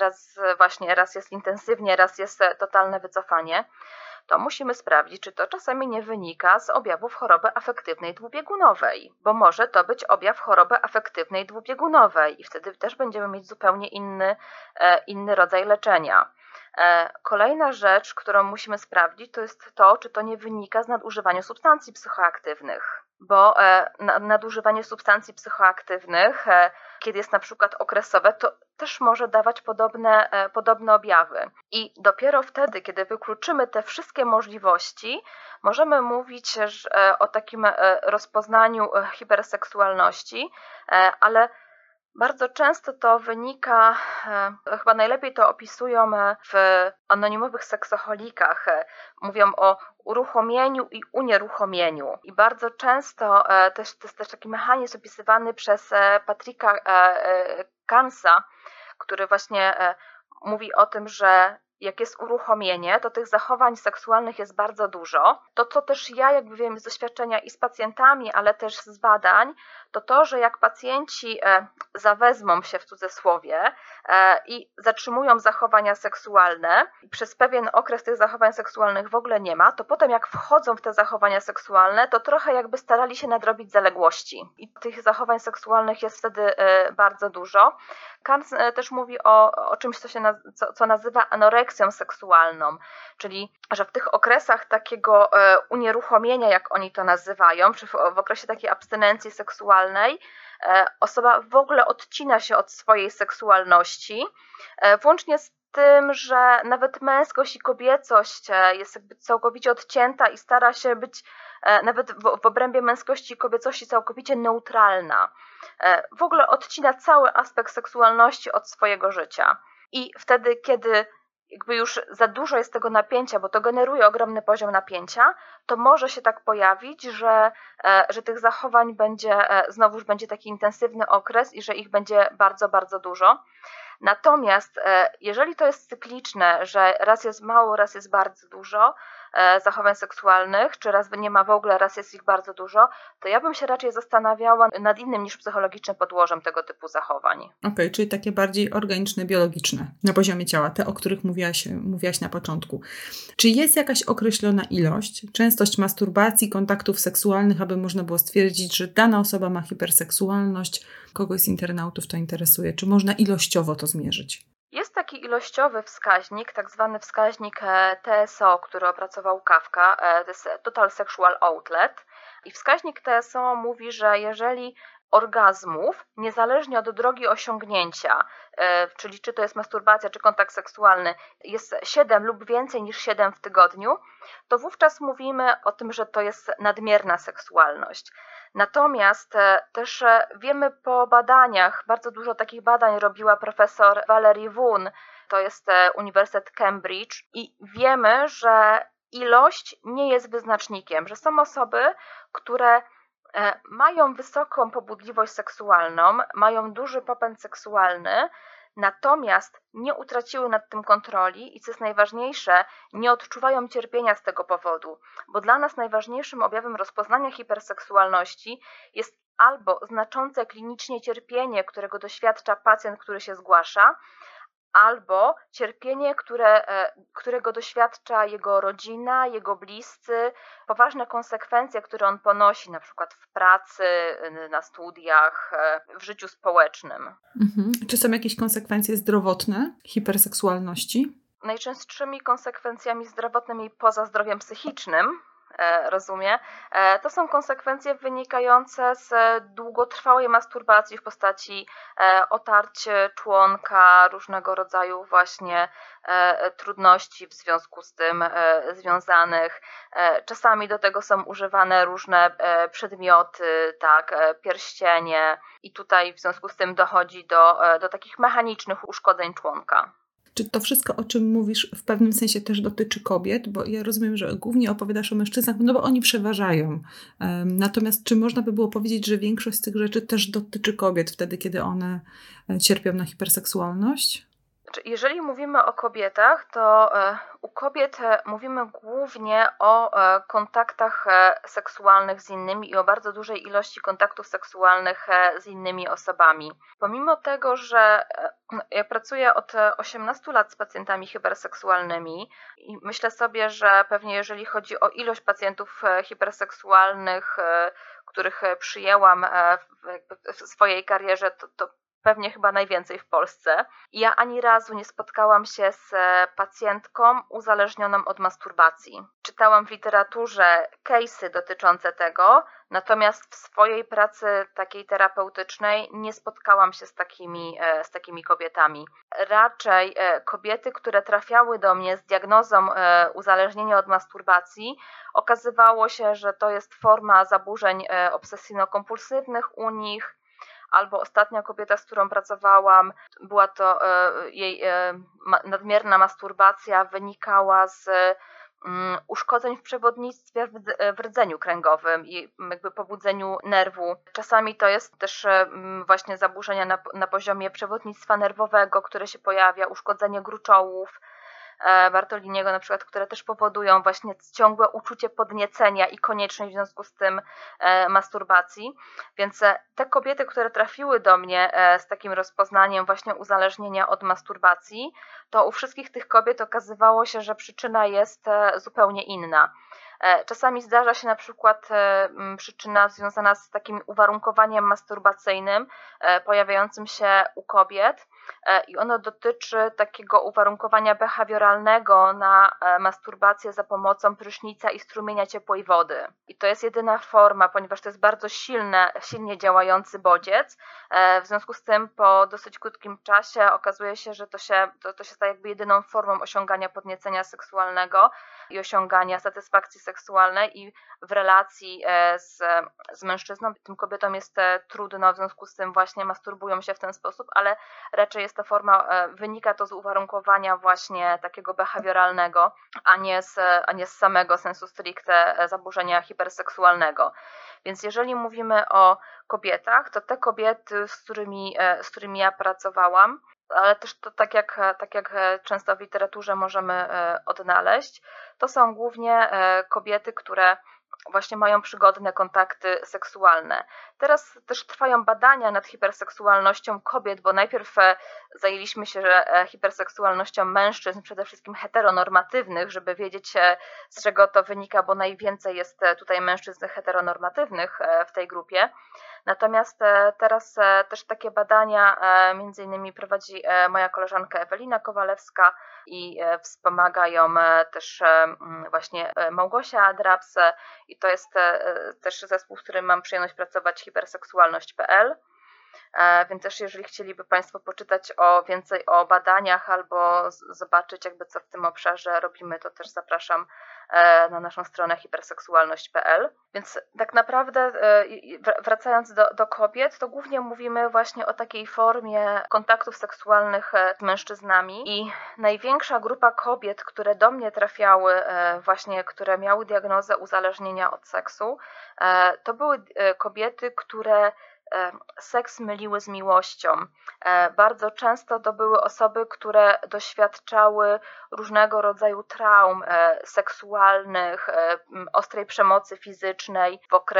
Speaker 2: raz jest intensywnie, raz jest totalne wycofanie, to musimy sprawdzić, czy to czasami nie wynika z objawów choroby afektywnej dwubiegunowej, bo może to być objaw choroby afektywnej dwubiegunowej i wtedy też będziemy mieć zupełnie inny rodzaj leczenia. Kolejna rzecz, którą musimy sprawdzić, to jest to, czy to nie wynika z nadużywania substancji psychoaktywnych. bo nadużywanie substancji psychoaktywnych, kiedy jest na przykład okresowe, to też może dawać podobne objawy. I dopiero wtedy, kiedy wykluczymy te wszystkie możliwości, możemy mówić o takim rozpoznaniu hiperseksualności, ale bardzo często to wynika, chyba najlepiej to opisują w anonimowych seksoholikach. Mówią o uruchomieniu i unieruchomieniu. I bardzo często to jest też taki mechanizm opisywany przez Patricka Carnesa, który właśnie mówi o tym, że jak jest uruchomienie, to tych zachowań seksualnych jest bardzo dużo. To, co też ja wiem z doświadczenia i z pacjentami, ale też z badań, to, że jak pacjenci zawezmą się w cudzysłowie i zatrzymują zachowania seksualne, i przez pewien okres tych zachowań seksualnych w ogóle nie ma, to potem jak wchodzą w te zachowania seksualne, to trochę jakby starali się nadrobić zaległości. I tych zachowań seksualnych jest wtedy bardzo dużo. Carnes też mówi o czymś, co nazywa anoreksją seksualną, czyli że w tych okresach takiego unieruchomienia, jak oni to nazywają, czy w okresie takiej abstynencji seksualnej, osoba w ogóle odcina się od swojej seksualności, włącznie z tym, że nawet męskość i kobiecość jest jakby całkowicie odcięta i stara się być nawet w obrębie męskości i kobiecości całkowicie neutralna. W ogóle odcina cały aspekt seksualności od swojego życia. I wtedy, kiedy jakby już za dużo jest tego napięcia, bo to generuje ogromny poziom napięcia, to może się tak pojawić, że tych zachowań znowuż będzie taki intensywny okres i że ich będzie bardzo, bardzo dużo. Natomiast jeżeli to jest cykliczne, że raz jest mało, raz jest bardzo dużo zachowań seksualnych, czy raz nie ma w ogóle, raz jest ich bardzo dużo, to ja bym się raczej zastanawiała nad innym niż psychologicznym podłożem tego typu zachowań.
Speaker 1: Okej, czyli takie bardziej organiczne, biologiczne, na poziomie ciała, te, o których mówiłaś na początku. Czy jest jakaś określona ilość, częstość masturbacji, kontaktów seksualnych, aby można było stwierdzić, że dana osoba ma hiperseksualność? Kogoś z internautów to interesuje. Czy można ilościowo to zmierzyć?
Speaker 2: Jest taki ilościowy wskaźnik, tak zwany wskaźnik TSO, który opracował Kafka, to jest Total Sexual Outlet. I wskaźnik TSO mówi, że jeżeli orgazmów, niezależnie od drogi osiągnięcia, czyli czy to jest masturbacja, czy kontakt seksualny, jest 7 lub więcej niż 7 w tygodniu, to wówczas mówimy o tym, że to jest nadmierna seksualność. Natomiast też wiemy po badaniach, bardzo dużo takich badań robiła profesor Valerie Woon, to jest Uniwersytet Cambridge, i wiemy, że ilość nie jest wyznacznikiem, że są osoby, które mają wysoką pobudliwość seksualną, mają duży popęd seksualny, natomiast nie utraciły nad tym kontroli i co jest najważniejsze, nie odczuwają cierpienia z tego powodu, bo dla nas najważniejszym objawem rozpoznania hiperseksualności jest albo znaczące klinicznie cierpienie, którego doświadcza pacjent, który się zgłasza, albo cierpienie, którego doświadcza jego rodzina, jego bliscy, poważne konsekwencje, które on ponosi na przykład w pracy, na studiach, w życiu społecznym.
Speaker 1: Czy są jakieś konsekwencje zdrowotne hiperseksualności?
Speaker 2: Najczęstszymi konsekwencjami zdrowotnymi poza zdrowiem psychicznym, rozumie, to są konsekwencje wynikające z długotrwałej masturbacji w postaci otarć członka, różnego rodzaju właśnie trudności w związku z tym związanych. Czasami do tego są używane różne przedmioty, tak, pierścienie, i tutaj w związku z tym dochodzi do takich mechanicznych uszkodzeń członka.
Speaker 1: Czy to wszystko, o czym mówisz, w pewnym sensie też dotyczy kobiet? Bo ja rozumiem, że głównie opowiadasz o mężczyznach, no bo oni przeważają. Natomiast czy można by było powiedzieć, że większość z tych rzeczy też dotyczy kobiet wtedy, kiedy one cierpią na hiperseksualność?
Speaker 2: Jeżeli mówimy o kobietach, to u kobiet mówimy głównie o kontaktach seksualnych z innymi i o bardzo dużej ilości kontaktów seksualnych z innymi osobami. Pomimo tego, że ja pracuję od 18 lat z pacjentami hiperseksualnymi i myślę sobie, że pewnie jeżeli chodzi o ilość pacjentów hiperseksualnych, których przyjęłam w swojej karierze, to pewnie chyba najwięcej w Polsce. Ja ani razu nie spotkałam się z pacjentką uzależnioną od masturbacji. Czytałam w literaturze case'y dotyczące tego, natomiast w swojej pracy takiej terapeutycznej nie spotkałam się z takimi kobietami. Raczej kobiety, które trafiały do mnie z diagnozą uzależnienia od masturbacji, okazywało się, że to jest forma zaburzeń obsesyjno-kompulsywnych u nich, albo ostatnia kobieta, z którą pracowałam, była to jej nadmierna masturbacja, wynikała z uszkodzeń w przewodnictwie w rdzeniu kręgowym i jakby pobudzeniu nerwu. Czasami to jest też właśnie zaburzenia na poziomie przewodnictwa nerwowego, które się pojawia, uszkodzenie gruczołów Bartoliniego na przykład, które też powodują właśnie ciągłe uczucie podniecenia i konieczność w związku z tym masturbacji. Więc te kobiety, które trafiły do mnie z takim rozpoznaniem właśnie uzależnienia od masturbacji, to u wszystkich tych kobiet okazywało się, że przyczyna jest zupełnie inna. Czasami zdarza się na przykład przyczyna związana z takim uwarunkowaniem masturbacyjnym pojawiającym się u kobiet i ono dotyczy takiego uwarunkowania behawioralnego na masturbację za pomocą prysznica i strumienia ciepłej wody. I to jest jedyna forma, ponieważ to jest bardzo silnie działający bodziec. W związku z tym po dosyć krótkim czasie okazuje się, że to się staje jakby jedyną formą osiągania podniecenia seksualnego i osiągania satysfakcji seksualnej i w relacji z mężczyzną. Tym kobietom jest trudno, w związku z tym właśnie masturbują się w ten sposób, ale raczej jest to forma, wynika to z uwarunkowania właśnie takiego behawioralnego, a nie z samego sensu stricte zaburzenia hiperseksualnego. Więc jeżeli mówimy o kobietach, to te kobiety, z którymi ja pracowałam, ale też to tak jak często w literaturze możemy odnaleźć, to są głównie kobiety, które właśnie mają przygodne kontakty seksualne. Teraz też trwają badania nad hiperseksualnością kobiet, bo najpierw zajęliśmy się hiperseksualnością mężczyzn, przede wszystkim heteronormatywnych, żeby wiedzieć, z czego to wynika, bo najwięcej jest tutaj mężczyzn heteronormatywnych w tej grupie. Natomiast teraz też takie badania między innymi prowadzi moja koleżanka Ewelina Kowalewska i wspomaga ją też właśnie Małgosia Draps i to jest też zespół, z którym mam przyjemność pracować, hiperseksualność.pl. Więc też jeżeli chcieliby Państwo poczytać więcej o badaniach albo zobaczyć jakby co w tym obszarze robimy, to też zapraszam na naszą stronę hiperseksualność.pl. Więc tak naprawdę wracając do kobiet, to głównie mówimy właśnie o takiej formie kontaktów seksualnych z mężczyznami i największa grupa kobiet, które do mnie trafiały właśnie, które miały diagnozę uzależnienia od seksu, to były kobiety, które seks myliły z miłością. Bardzo często to były osoby, które doświadczały różnego rodzaju traum seksualnych, ostrej przemocy fizycznej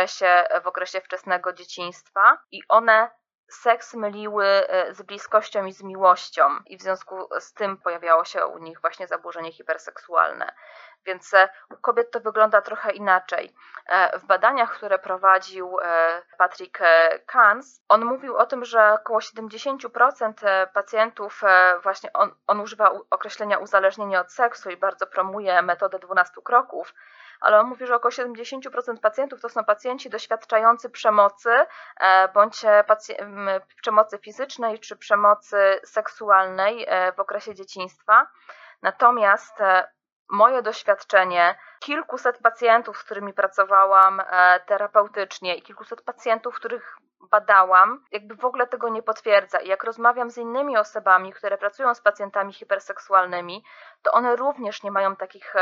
Speaker 2: w okresie wczesnego dzieciństwa i one seks myliły z bliskością i z miłością i w związku z tym pojawiało się u nich właśnie zaburzenie hiperseksualne. Więc u kobiet to wygląda trochę inaczej. W badaniach, które prowadził Patrick Kans, on mówił o tym, że około 70% pacjentów, właśnie on używa określenia uzależnienie od seksu i bardzo promuje metodę 12 kroków, ale on mówi, że około 70% pacjentów to są pacjenci doświadczający przemocy, bądź przemocy fizycznej czy przemocy seksualnej w okresie dzieciństwa. Natomiast moje doświadczenie, kilkuset pacjentów, z którymi pracowałam terapeutycznie i kilkuset pacjentów, których badałam, jakby w ogóle tego nie potwierdza. I jak rozmawiam z innymi osobami, które pracują z pacjentami hiperseksualnymi, to one również nie mają takich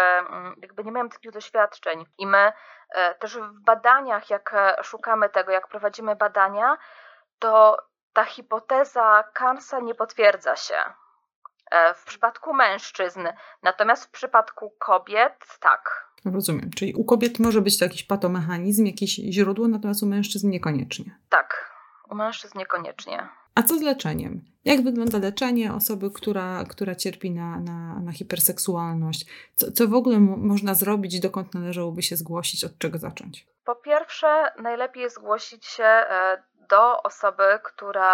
Speaker 2: doświadczeń. I my też w badaniach, jak szukamy tego, jak prowadzimy badania, to ta hipoteza Kansa nie potwierdza się. W przypadku mężczyzn, natomiast w przypadku kobiet tak.
Speaker 1: Rozumiem, czyli u kobiet może być to jakiś patomechanizm, jakieś źródło, natomiast u mężczyzn niekoniecznie.
Speaker 2: Tak, u mężczyzn niekoniecznie.
Speaker 1: A co z leczeniem? Jak wygląda leczenie osoby, która cierpi na hiperseksualność? Co w ogóle można zrobić, dokąd należałoby się zgłosić, od czego zacząć?
Speaker 2: Po pierwsze, najlepiej zgłosić się do osoby, która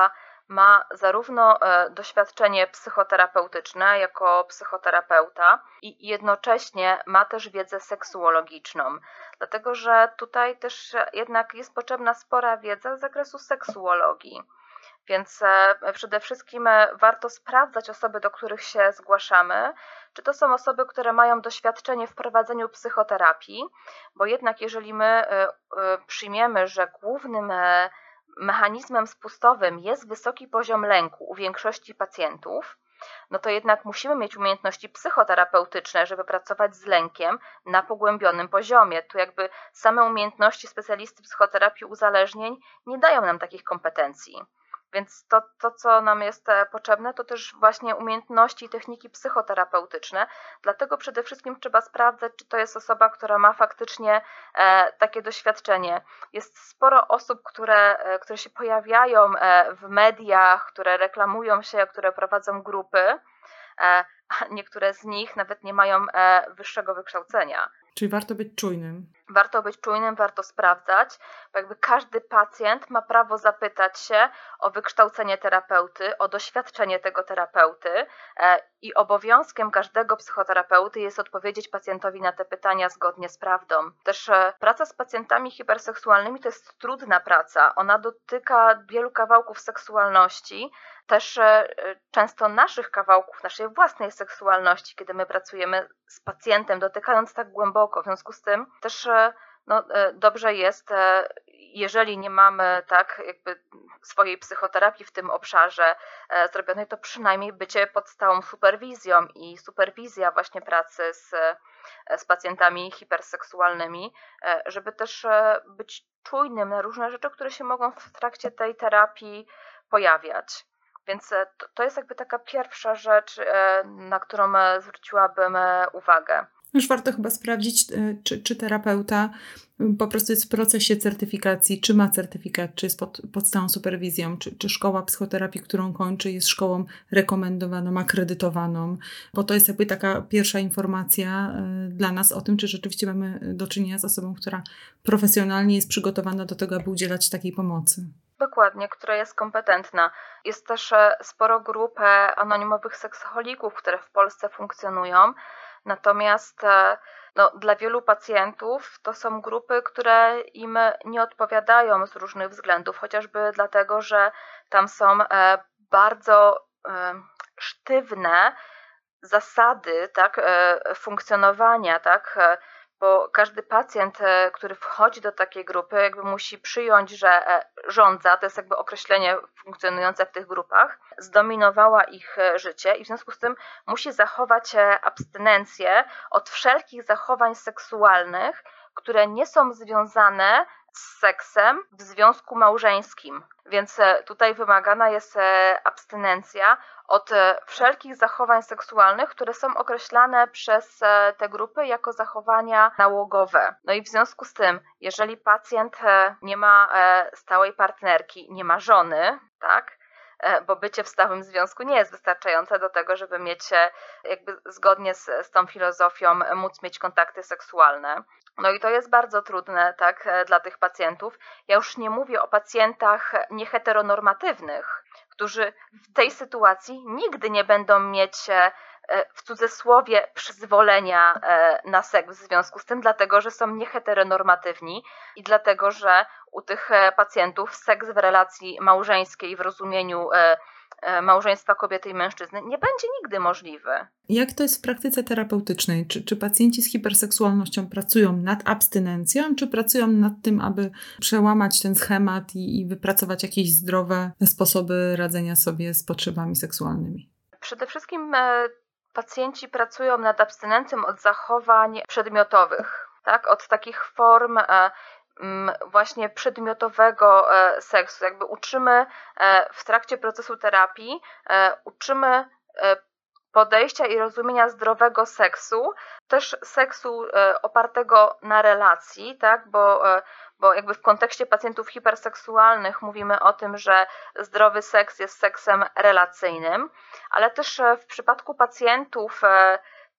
Speaker 2: ma zarówno doświadczenie psychoterapeutyczne jako psychoterapeuta i jednocześnie ma też wiedzę seksuologiczną, dlatego że tutaj też jednak jest potrzebna spora wiedza z zakresu seksuologii. Więc przede wszystkim warto sprawdzać osoby, do których się zgłaszamy, czy to są osoby, które mają doświadczenie w prowadzeniu psychoterapii, bo jednak jeżeli my przyjmiemy, że głównym mechanizmem spustowym jest wysoki poziom lęku u większości pacjentów, no to jednak musimy mieć umiejętności psychoterapeutyczne, żeby pracować z lękiem na pogłębionym poziomie. Tu jakby same umiejętności specjalisty psychoterapii uzależnień nie dają nam takich kompetencji. Więc to, co nam jest potrzebne, to też właśnie umiejętności i techniki psychoterapeutyczne. Dlatego przede wszystkim trzeba sprawdzać, czy to jest osoba, która ma faktycznie takie doświadczenie. Jest sporo osób, które się pojawiają w mediach, które reklamują się, które prowadzą grupy, a niektóre z nich nawet nie mają wyższego wykształcenia.
Speaker 1: Czyli warto być czujnym.
Speaker 2: Warto być czujnym, warto sprawdzać, bo jakby każdy pacjent ma prawo zapytać się o wykształcenie terapeuty, o doświadczenie tego terapeuty i obowiązkiem każdego psychoterapeuty jest odpowiedzieć pacjentowi na te pytania zgodnie z prawdą. Też praca z pacjentami hiperseksualnymi to jest trudna praca. Ona dotyka wielu kawałków seksualności, też często naszych kawałków, naszej własnej seksualności, kiedy my pracujemy z pacjentem, dotykając tak głęboko. W związku z tym też dobrze jest, jeżeli nie mamy tak jakby swojej psychoterapii w tym obszarze zrobionej, to przynajmniej bycie pod stałą superwizją i superwizja właśnie pracy z pacjentami hiperseksualnymi, żeby też być czujnym na różne rzeczy, które się mogą w trakcie tej terapii pojawiać. Więc to jest jakby taka pierwsza rzecz, na którą zwróciłabym uwagę.
Speaker 1: Już warto chyba sprawdzić, czy terapeuta po prostu jest w procesie certyfikacji, czy ma certyfikat, czy jest pod stałą superwizją, czy szkoła psychoterapii, którą kończy, jest szkołą rekomendowaną, akredytowaną, bo to jest jakby taka pierwsza informacja dla nas o tym, czy rzeczywiście mamy do czynienia z osobą, która profesjonalnie jest przygotowana do tego, aby udzielać takiej pomocy.
Speaker 2: Dokładnie, która jest kompetentna. Jest też sporo grup anonimowych seksoholików, które w Polsce funkcjonują, natomiast dla wielu pacjentów to są grupy, które im nie odpowiadają z różnych względów, chociażby dlatego, że tam są bardzo sztywne zasady funkcjonowania, bo każdy pacjent, który wchodzi do takiej grupy, jakby musi przyjąć, że żądza, to jest jakby określenie funkcjonujące w tych grupach, zdominowała ich życie i w związku z tym musi zachować abstynencję od wszelkich zachowań seksualnych, które nie są związane z seksem w związku małżeńskim. Więc tutaj wymagana jest abstynencja od wszelkich zachowań seksualnych, które są określane przez te grupy jako zachowania nałogowe. No i w związku z tym, jeżeli pacjent nie ma stałej partnerki, nie ma żony, bo bycie w stałym związku nie jest wystarczające do tego, żeby mieć jakby zgodnie z tą filozofią móc mieć kontakty seksualne. No i to jest bardzo trudne dla tych pacjentów. Ja już nie mówię o pacjentach nieheteronormatywnych, którzy w tej sytuacji nigdy nie będą mieć w cudzysłowie przyzwolenia na seks w związku z tym, dlatego że są nieheteronormatywni i dlatego, że u tych pacjentów seks w relacji małżeńskiej w rozumieniu małżeństwa kobiety i mężczyzny nie będzie nigdy możliwy.
Speaker 1: Jak to jest w praktyce terapeutycznej? Czy pacjenci z hiperseksualnością pracują nad abstynencją, czy pracują nad tym, aby przełamać ten schemat i wypracować jakieś zdrowe sposoby radzenia sobie z potrzebami seksualnymi?
Speaker 2: Przede wszystkim pacjenci pracują nad abstynencją od zachowań przedmiotowych, od takich form właśnie przedmiotowego seksu. Jakby uczymy w trakcie procesu terapii, uczymy podejścia i rozumienia zdrowego seksu, też seksu opartego na relacji, bo jakby w kontekście pacjentów hiperseksualnych mówimy o tym, że zdrowy seks jest seksem relacyjnym, ale też w przypadku pacjentów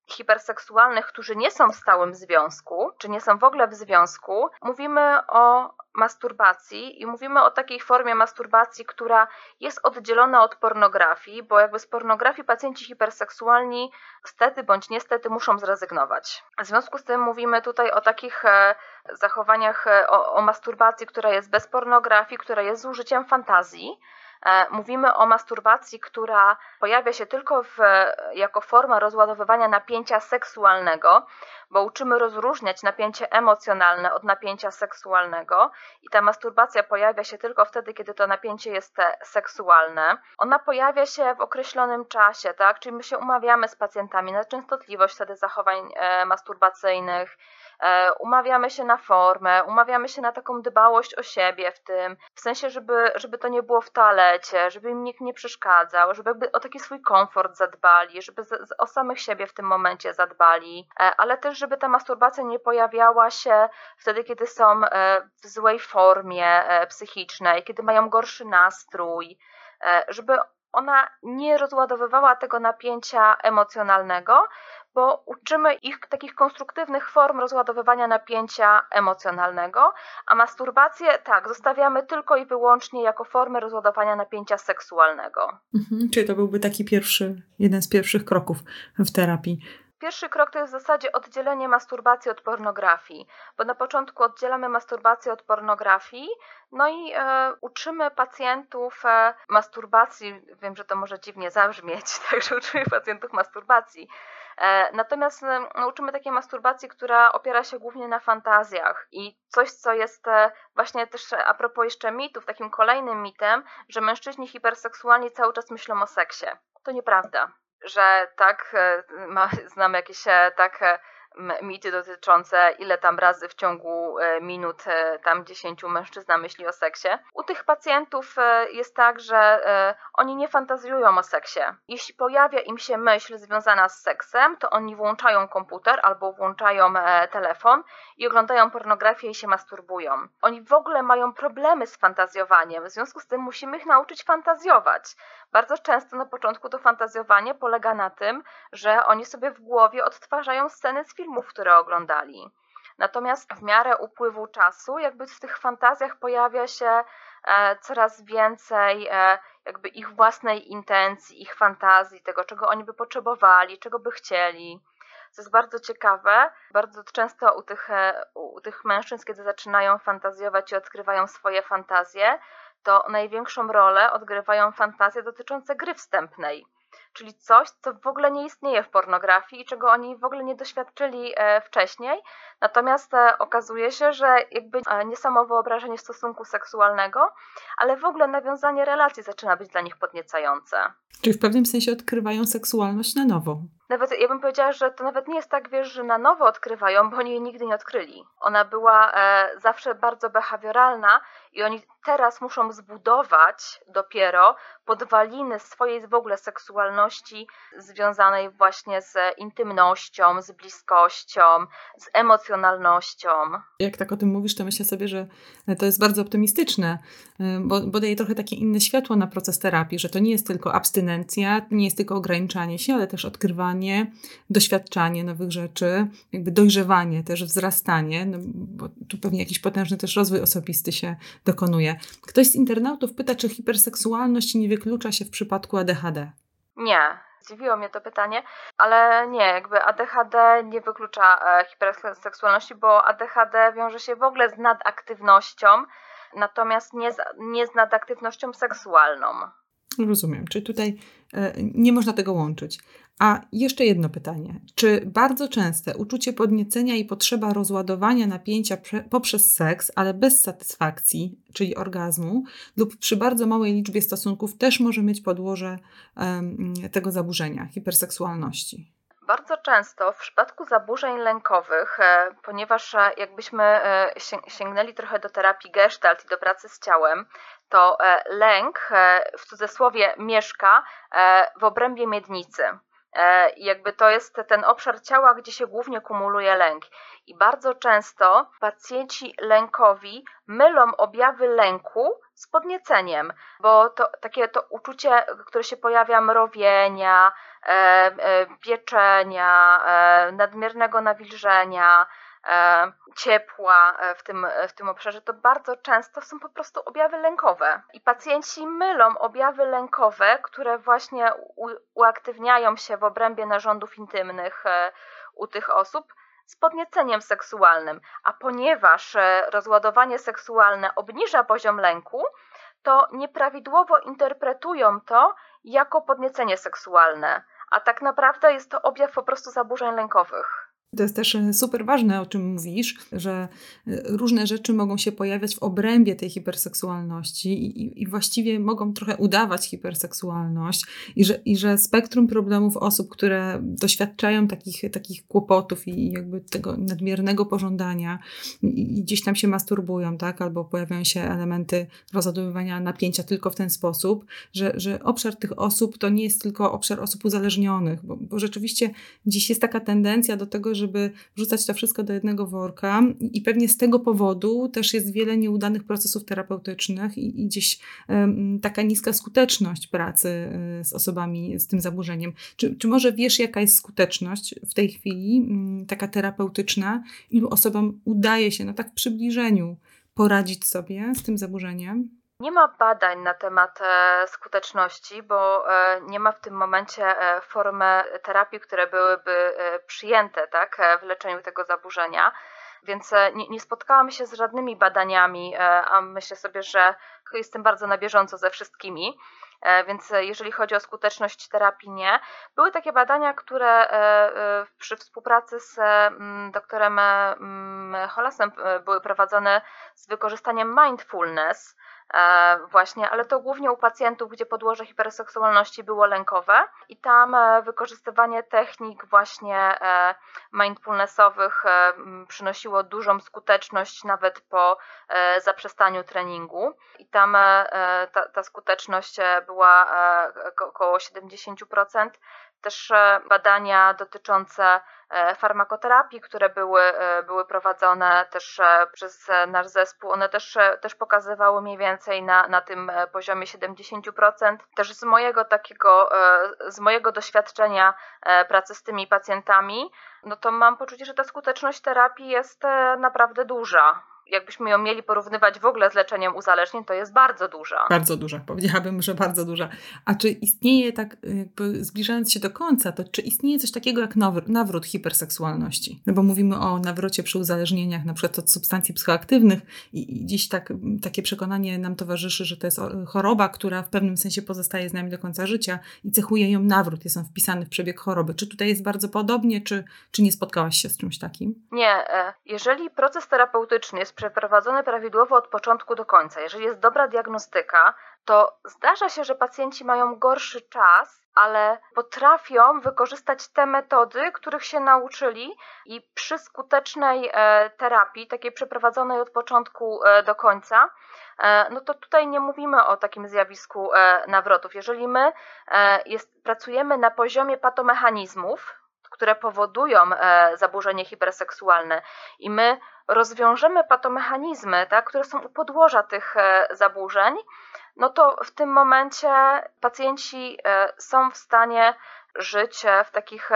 Speaker 2: hiperseksualnych, którzy nie są w stałym związku, czy nie są w ogóle w związku, mówimy o masturbacji i mówimy o takiej formie masturbacji, która jest oddzielona od pornografii, bo jakby z pornografii pacjenci hiperseksualni stety bądź niestety muszą zrezygnować. W związku z tym mówimy tutaj o takich zachowaniach, o masturbacji, która jest bez pornografii, która jest z użyciem fantazji. Mówimy o masturbacji, która pojawia się tylko jako forma rozładowywania napięcia seksualnego, bo uczymy rozróżniać napięcie emocjonalne od napięcia seksualnego i ta masturbacja pojawia się tylko wtedy, kiedy to napięcie jest seksualne. Ona pojawia się w określonym czasie, tak? Czyli my się umawiamy z pacjentami na częstotliwość wtedy zachowań masturbacyjnych, umawiamy się na formę, umawiamy się na taką dbałość o siebie w tym, w sensie, żeby to nie było w toalecie, żeby im nikt nie przeszkadzał, żeby jakby o taki swój komfort zadbali, żeby o samych siebie w tym momencie zadbali, ale też żeby ta masturbacja nie pojawiała się wtedy, kiedy są w złej formie psychicznej, kiedy mają gorszy nastrój, żeby ona nie rozładowywała tego napięcia emocjonalnego, bo uczymy ich takich konstruktywnych form rozładowywania napięcia emocjonalnego, a masturbację tak, zostawiamy tylko i wyłącznie jako formę rozładowania napięcia seksualnego.
Speaker 1: Czyli to byłby taki jeden z pierwszych kroków w terapii.
Speaker 2: Pierwszy krok to jest w zasadzie oddzielenie masturbacji od pornografii, bo na początku oddzielamy masturbację od pornografii, no i uczymy pacjentów masturbacji, wiem, że to może dziwnie zabrzmieć, także uczymy pacjentów masturbacji. Natomiast uczymy takiej masturbacji, która opiera się głównie na fantazjach i coś, co jest właśnie też a propos jeszcze mitów, takim kolejnym mitem, że mężczyźni hiperseksualni cały czas myślą o seksie. To nieprawda, że tak, znam jakieś mity dotyczące ile tam razy w ciągu minut tam 10 mężczyzna myśli o seksie. U tych pacjentów jest tak, że oni nie fantazjują o seksie. Jeśli pojawia im się myśl związana z seksem, to oni włączają komputer albo włączają telefon i oglądają pornografię i się masturbują. Oni w ogóle mają problemy z fantazjowaniem, w związku z tym musimy ich nauczyć fantazjować. Bardzo często na początku to fantazjowanie polega na tym, że oni sobie w głowie odtwarzają sceny z filmów, które oglądali. Natomiast w miarę upływu czasu jakby w tych fantazjach pojawia się coraz więcej jakby ich własnej intencji, ich fantazji, tego czego oni by potrzebowali, czego by chcieli. Co jest bardzo ciekawe, bardzo często u tych mężczyzn, kiedy zaczynają fantazjować i odkrywają swoje fantazje, to największą rolę odgrywają fantazje dotyczące gry wstępnej. Czyli coś, co w ogóle nie istnieje w pornografii i czego oni w ogóle nie doświadczyli wcześniej. Natomiast okazuje się, że jakby nie samo wyobrażenie stosunku seksualnego, ale w ogóle nawiązanie relacji zaczyna być dla nich podniecające.
Speaker 1: Czyli w pewnym sensie odkrywają seksualność na nowo.
Speaker 2: Nawet ja bym powiedziała, że to nawet nie jest tak, że na nowo odkrywają, bo oni jej nigdy nie odkryli. Ona była zawsze bardzo behawioralna i oni teraz muszą zbudować dopiero podwaliny swojej w ogóle seksualności związanej właśnie z intymnością, z bliskością, z emocjonalnością.
Speaker 1: Jak tak o tym mówisz, to myślę sobie, że to jest bardzo optymistyczne, bo daje trochę takie inne światło na proces terapii, że to nie jest tylko abstynencja, nie jest tylko ograniczanie się, ale też odkrywanie, doświadczanie nowych rzeczy, jakby dojrzewanie, też wzrastanie, no, bo tu pewnie jakiś potężny też rozwój osobisty się dokonuje. Ktoś z internautów pyta, czy hiperseksualność nie wyklucza się w przypadku ADHD?
Speaker 2: Nie. Zdziwiło mnie to pytanie, ale nie, jakby ADHD nie wyklucza hiperseksualności, bo ADHD wiąże się w ogóle z nadaktywnością, natomiast nie z nadaktywnością seksualną.
Speaker 1: Rozumiem, czyli tutaj nie można tego łączyć. A jeszcze jedno pytanie. Czy bardzo częste uczucie podniecenia i potrzeba rozładowania napięcia poprzez seks, ale bez satysfakcji, czyli orgazmu, lub przy bardzo małej liczbie stosunków też może mieć podłoże tego zaburzenia, hiperseksualności?
Speaker 2: Bardzo często w przypadku zaburzeń lękowych, ponieważ jakbyśmy sięgnęli trochę do terapii Gestalt i do pracy z ciałem, to lęk w cudzysłowie mieszka w obrębie miednicy. I jakby to jest ten obszar ciała, gdzie się głównie kumuluje lęk. I bardzo często pacjenci lękowi mylą objawy lęku z podnieceniem, bo to takie to uczucie, które się pojawia, mrowienia, pieczenia, nadmiernego nawilżenia, ciepła w tym obszarze, to bardzo często są po prostu objawy lękowe. I pacjenci mylą objawy lękowe, które właśnie uaktywniają się w obrębie narządów intymnych u tych osób, z podnieceniem seksualnym. A ponieważ rozładowanie seksualne obniża poziom lęku, to nieprawidłowo interpretują to jako podniecenie seksualne. A tak naprawdę jest to objaw po prostu zaburzeń lękowych.
Speaker 1: To jest też super ważne, o czym mówisz, że różne rzeczy mogą się pojawiać w obrębie tej hiperseksualności i właściwie mogą trochę udawać hiperseksualność i że spektrum problemów osób, które doświadczają takich kłopotów i jakby tego nadmiernego pożądania i gdzieś tam się masturbują, tak, albo pojawiają się elementy rozładowywania napięcia tylko w ten sposób, że obszar tych osób to nie jest tylko obszar osób uzależnionych, bo rzeczywiście dziś jest taka tendencja do tego, żeby wrzucać to wszystko do jednego worka i pewnie z tego powodu też jest wiele nieudanych procesów terapeutycznych i gdzieś taka niska skuteczność pracy z osobami z tym zaburzeniem. Czy może wiesz, jaka jest skuteczność w tej chwili, taka terapeutyczna? Ilu osobom udaje się tak w przybliżeniu poradzić sobie z tym zaburzeniem?
Speaker 2: Nie ma badań na temat skuteczności, bo nie ma w tym momencie formy terapii, które byłyby przyjęte, tak, w leczeniu tego zaburzenia. Więc nie spotkałam się z żadnymi badaniami, a myślę sobie, że jestem bardzo na bieżąco ze wszystkimi. Więc jeżeli chodzi o skuteczność terapii, nie. Były takie badania, które przy współpracy z doktorem Hollasem były prowadzone z wykorzystaniem mindfulness właśnie, ale to głównie u pacjentów, gdzie podłoże hiperseksualności było lękowe i tam wykorzystywanie technik właśnie mindfulnessowych przynosiło dużą skuteczność nawet po zaprzestaniu treningu i tam ta skuteczność była około 70%. Też badania dotyczące farmakoterapii, które były prowadzone też przez nasz zespół, one też pokazywały mniej więcej na tym poziomie 70%. Też z mojego doświadczenia pracy z tymi pacjentami, no to mam poczucie, że ta skuteczność terapii jest naprawdę duża. Jakbyśmy ją mieli porównywać w ogóle z leczeniem uzależnień, to jest bardzo duża.
Speaker 1: Bardzo duża, powiedziałabym, że bardzo duża. A czy istnieje tak, jakby zbliżając się do końca, to czy istnieje coś takiego jak nawrót hiperseksualności? No bo mówimy o nawrocie przy uzależnieniach, na przykład od substancji psychoaktywnych i dziś takie przekonanie nam towarzyszy, że to jest choroba, która w pewnym sensie pozostaje z nami do końca życia i cechuje ją nawrót, jest on wpisany w przebieg choroby. Czy tutaj jest bardzo podobnie, czy nie spotkałaś się z czymś takim?
Speaker 2: Nie. Jeżeli proces terapeutyczny jest przeprowadzony prawidłowo od początku do końca, jeżeli jest dobra diagnostyka, to zdarza się, że pacjenci mają gorszy czas, ale potrafią wykorzystać te metody, których się nauczyli i przy skutecznej terapii, takiej przeprowadzonej od początku do końca, no to tutaj nie mówimy o takim zjawisku nawrotów. Jeżeli my pracujemy na poziomie patomechanizmów, które powodują zaburzenie hiperseksualne i my rozwiążemy patomechanizmy, tak, które są u podłoża tych zaburzeń, no to w tym momencie pacjenci są w stanie żyć w takich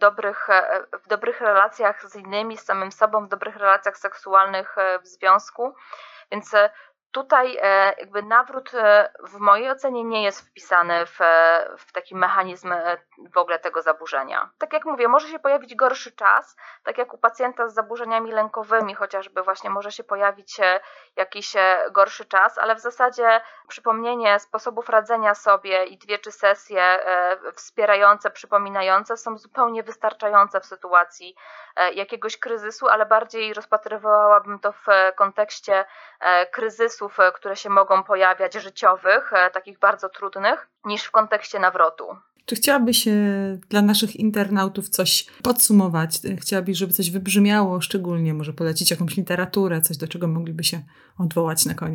Speaker 2: dobrych relacjach z innymi, z samym sobą, w dobrych relacjach seksualnych w związku, więc tutaj jakby nawrót w mojej ocenie nie jest wpisany w taki mechanizm w ogóle tego zaburzenia. Tak jak mówię, może się pojawić gorszy czas, tak jak u pacjenta z zaburzeniami lękowymi chociażby właśnie może się pojawić jakiś gorszy czas, ale w zasadzie przypomnienie sposobów radzenia sobie i 2-3 sesje wspierające, przypominające są zupełnie wystarczające w sytuacji jakiegoś kryzysu, ale bardziej rozpatrywałabym to w kontekście kryzysów, które się mogą pojawiać życiowych, takich bardzo trudnych, niż w kontekście nawrotu.
Speaker 1: Czy chciałabyś dla naszych internautów coś podsumować? Chciałabyś, żeby coś wybrzmiało szczególnie, może polecić jakąś literaturę, coś, do czego mogliby się odwołać na koniec?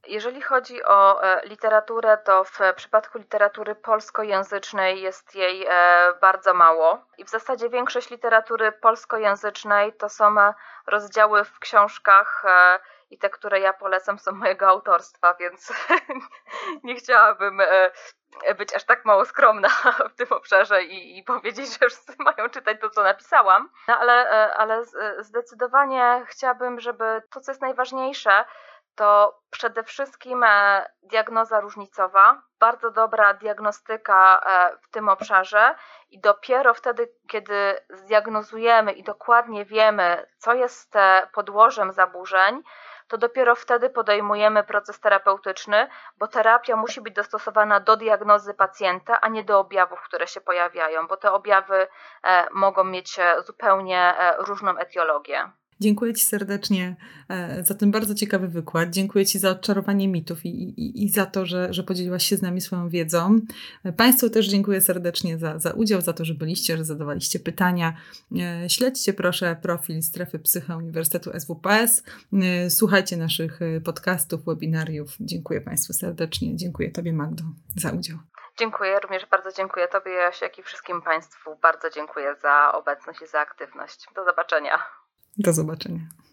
Speaker 2: Jeżeli chodzi o literaturę, to w przypadku literatury polskojęzycznej jest jej bardzo mało. I w zasadzie większość literatury polskojęzycznej to są rozdziały w książkach i te, które ja polecam, są mojego autorstwa, więc nie chciałabym być aż tak mało skromna w tym obszarze i powiedzieć, że wszyscy mają czytać to, co napisałam. No, ale zdecydowanie chciałabym, żeby to, co jest najważniejsze, to przede wszystkim diagnoza różnicowa, bardzo dobra diagnostyka w tym obszarze i dopiero wtedy, kiedy zdiagnozujemy i dokładnie wiemy, co jest podłożem zaburzeń, to dopiero wtedy podejmujemy proces terapeutyczny, bo terapia musi być dostosowana do diagnozy pacjenta, a nie do objawów, które się pojawiają, bo te objawy mogą mieć zupełnie różną etiologię.
Speaker 1: Dziękuję Ci serdecznie za ten bardzo ciekawy wykład. Dziękuję Ci za odczarowanie mitów i za to, że podzieliłaś się z nami swoją wiedzą. Państwu też dziękuję serdecznie za udział, za to, że byliście, że zadawaliście pytania. Śledźcie proszę profil Strefy Psycho Uniwersytetu SWPS. Słuchajcie naszych podcastów, webinariów. Dziękuję Państwu serdecznie. Dziękuję Tobie, Magdo, za udział.
Speaker 2: Dziękuję, również bardzo dziękuję Tobie, Jasiu, jak i wszystkim Państwu. Bardzo dziękuję za obecność i za aktywność. Do zobaczenia.
Speaker 1: Do zobaczenia.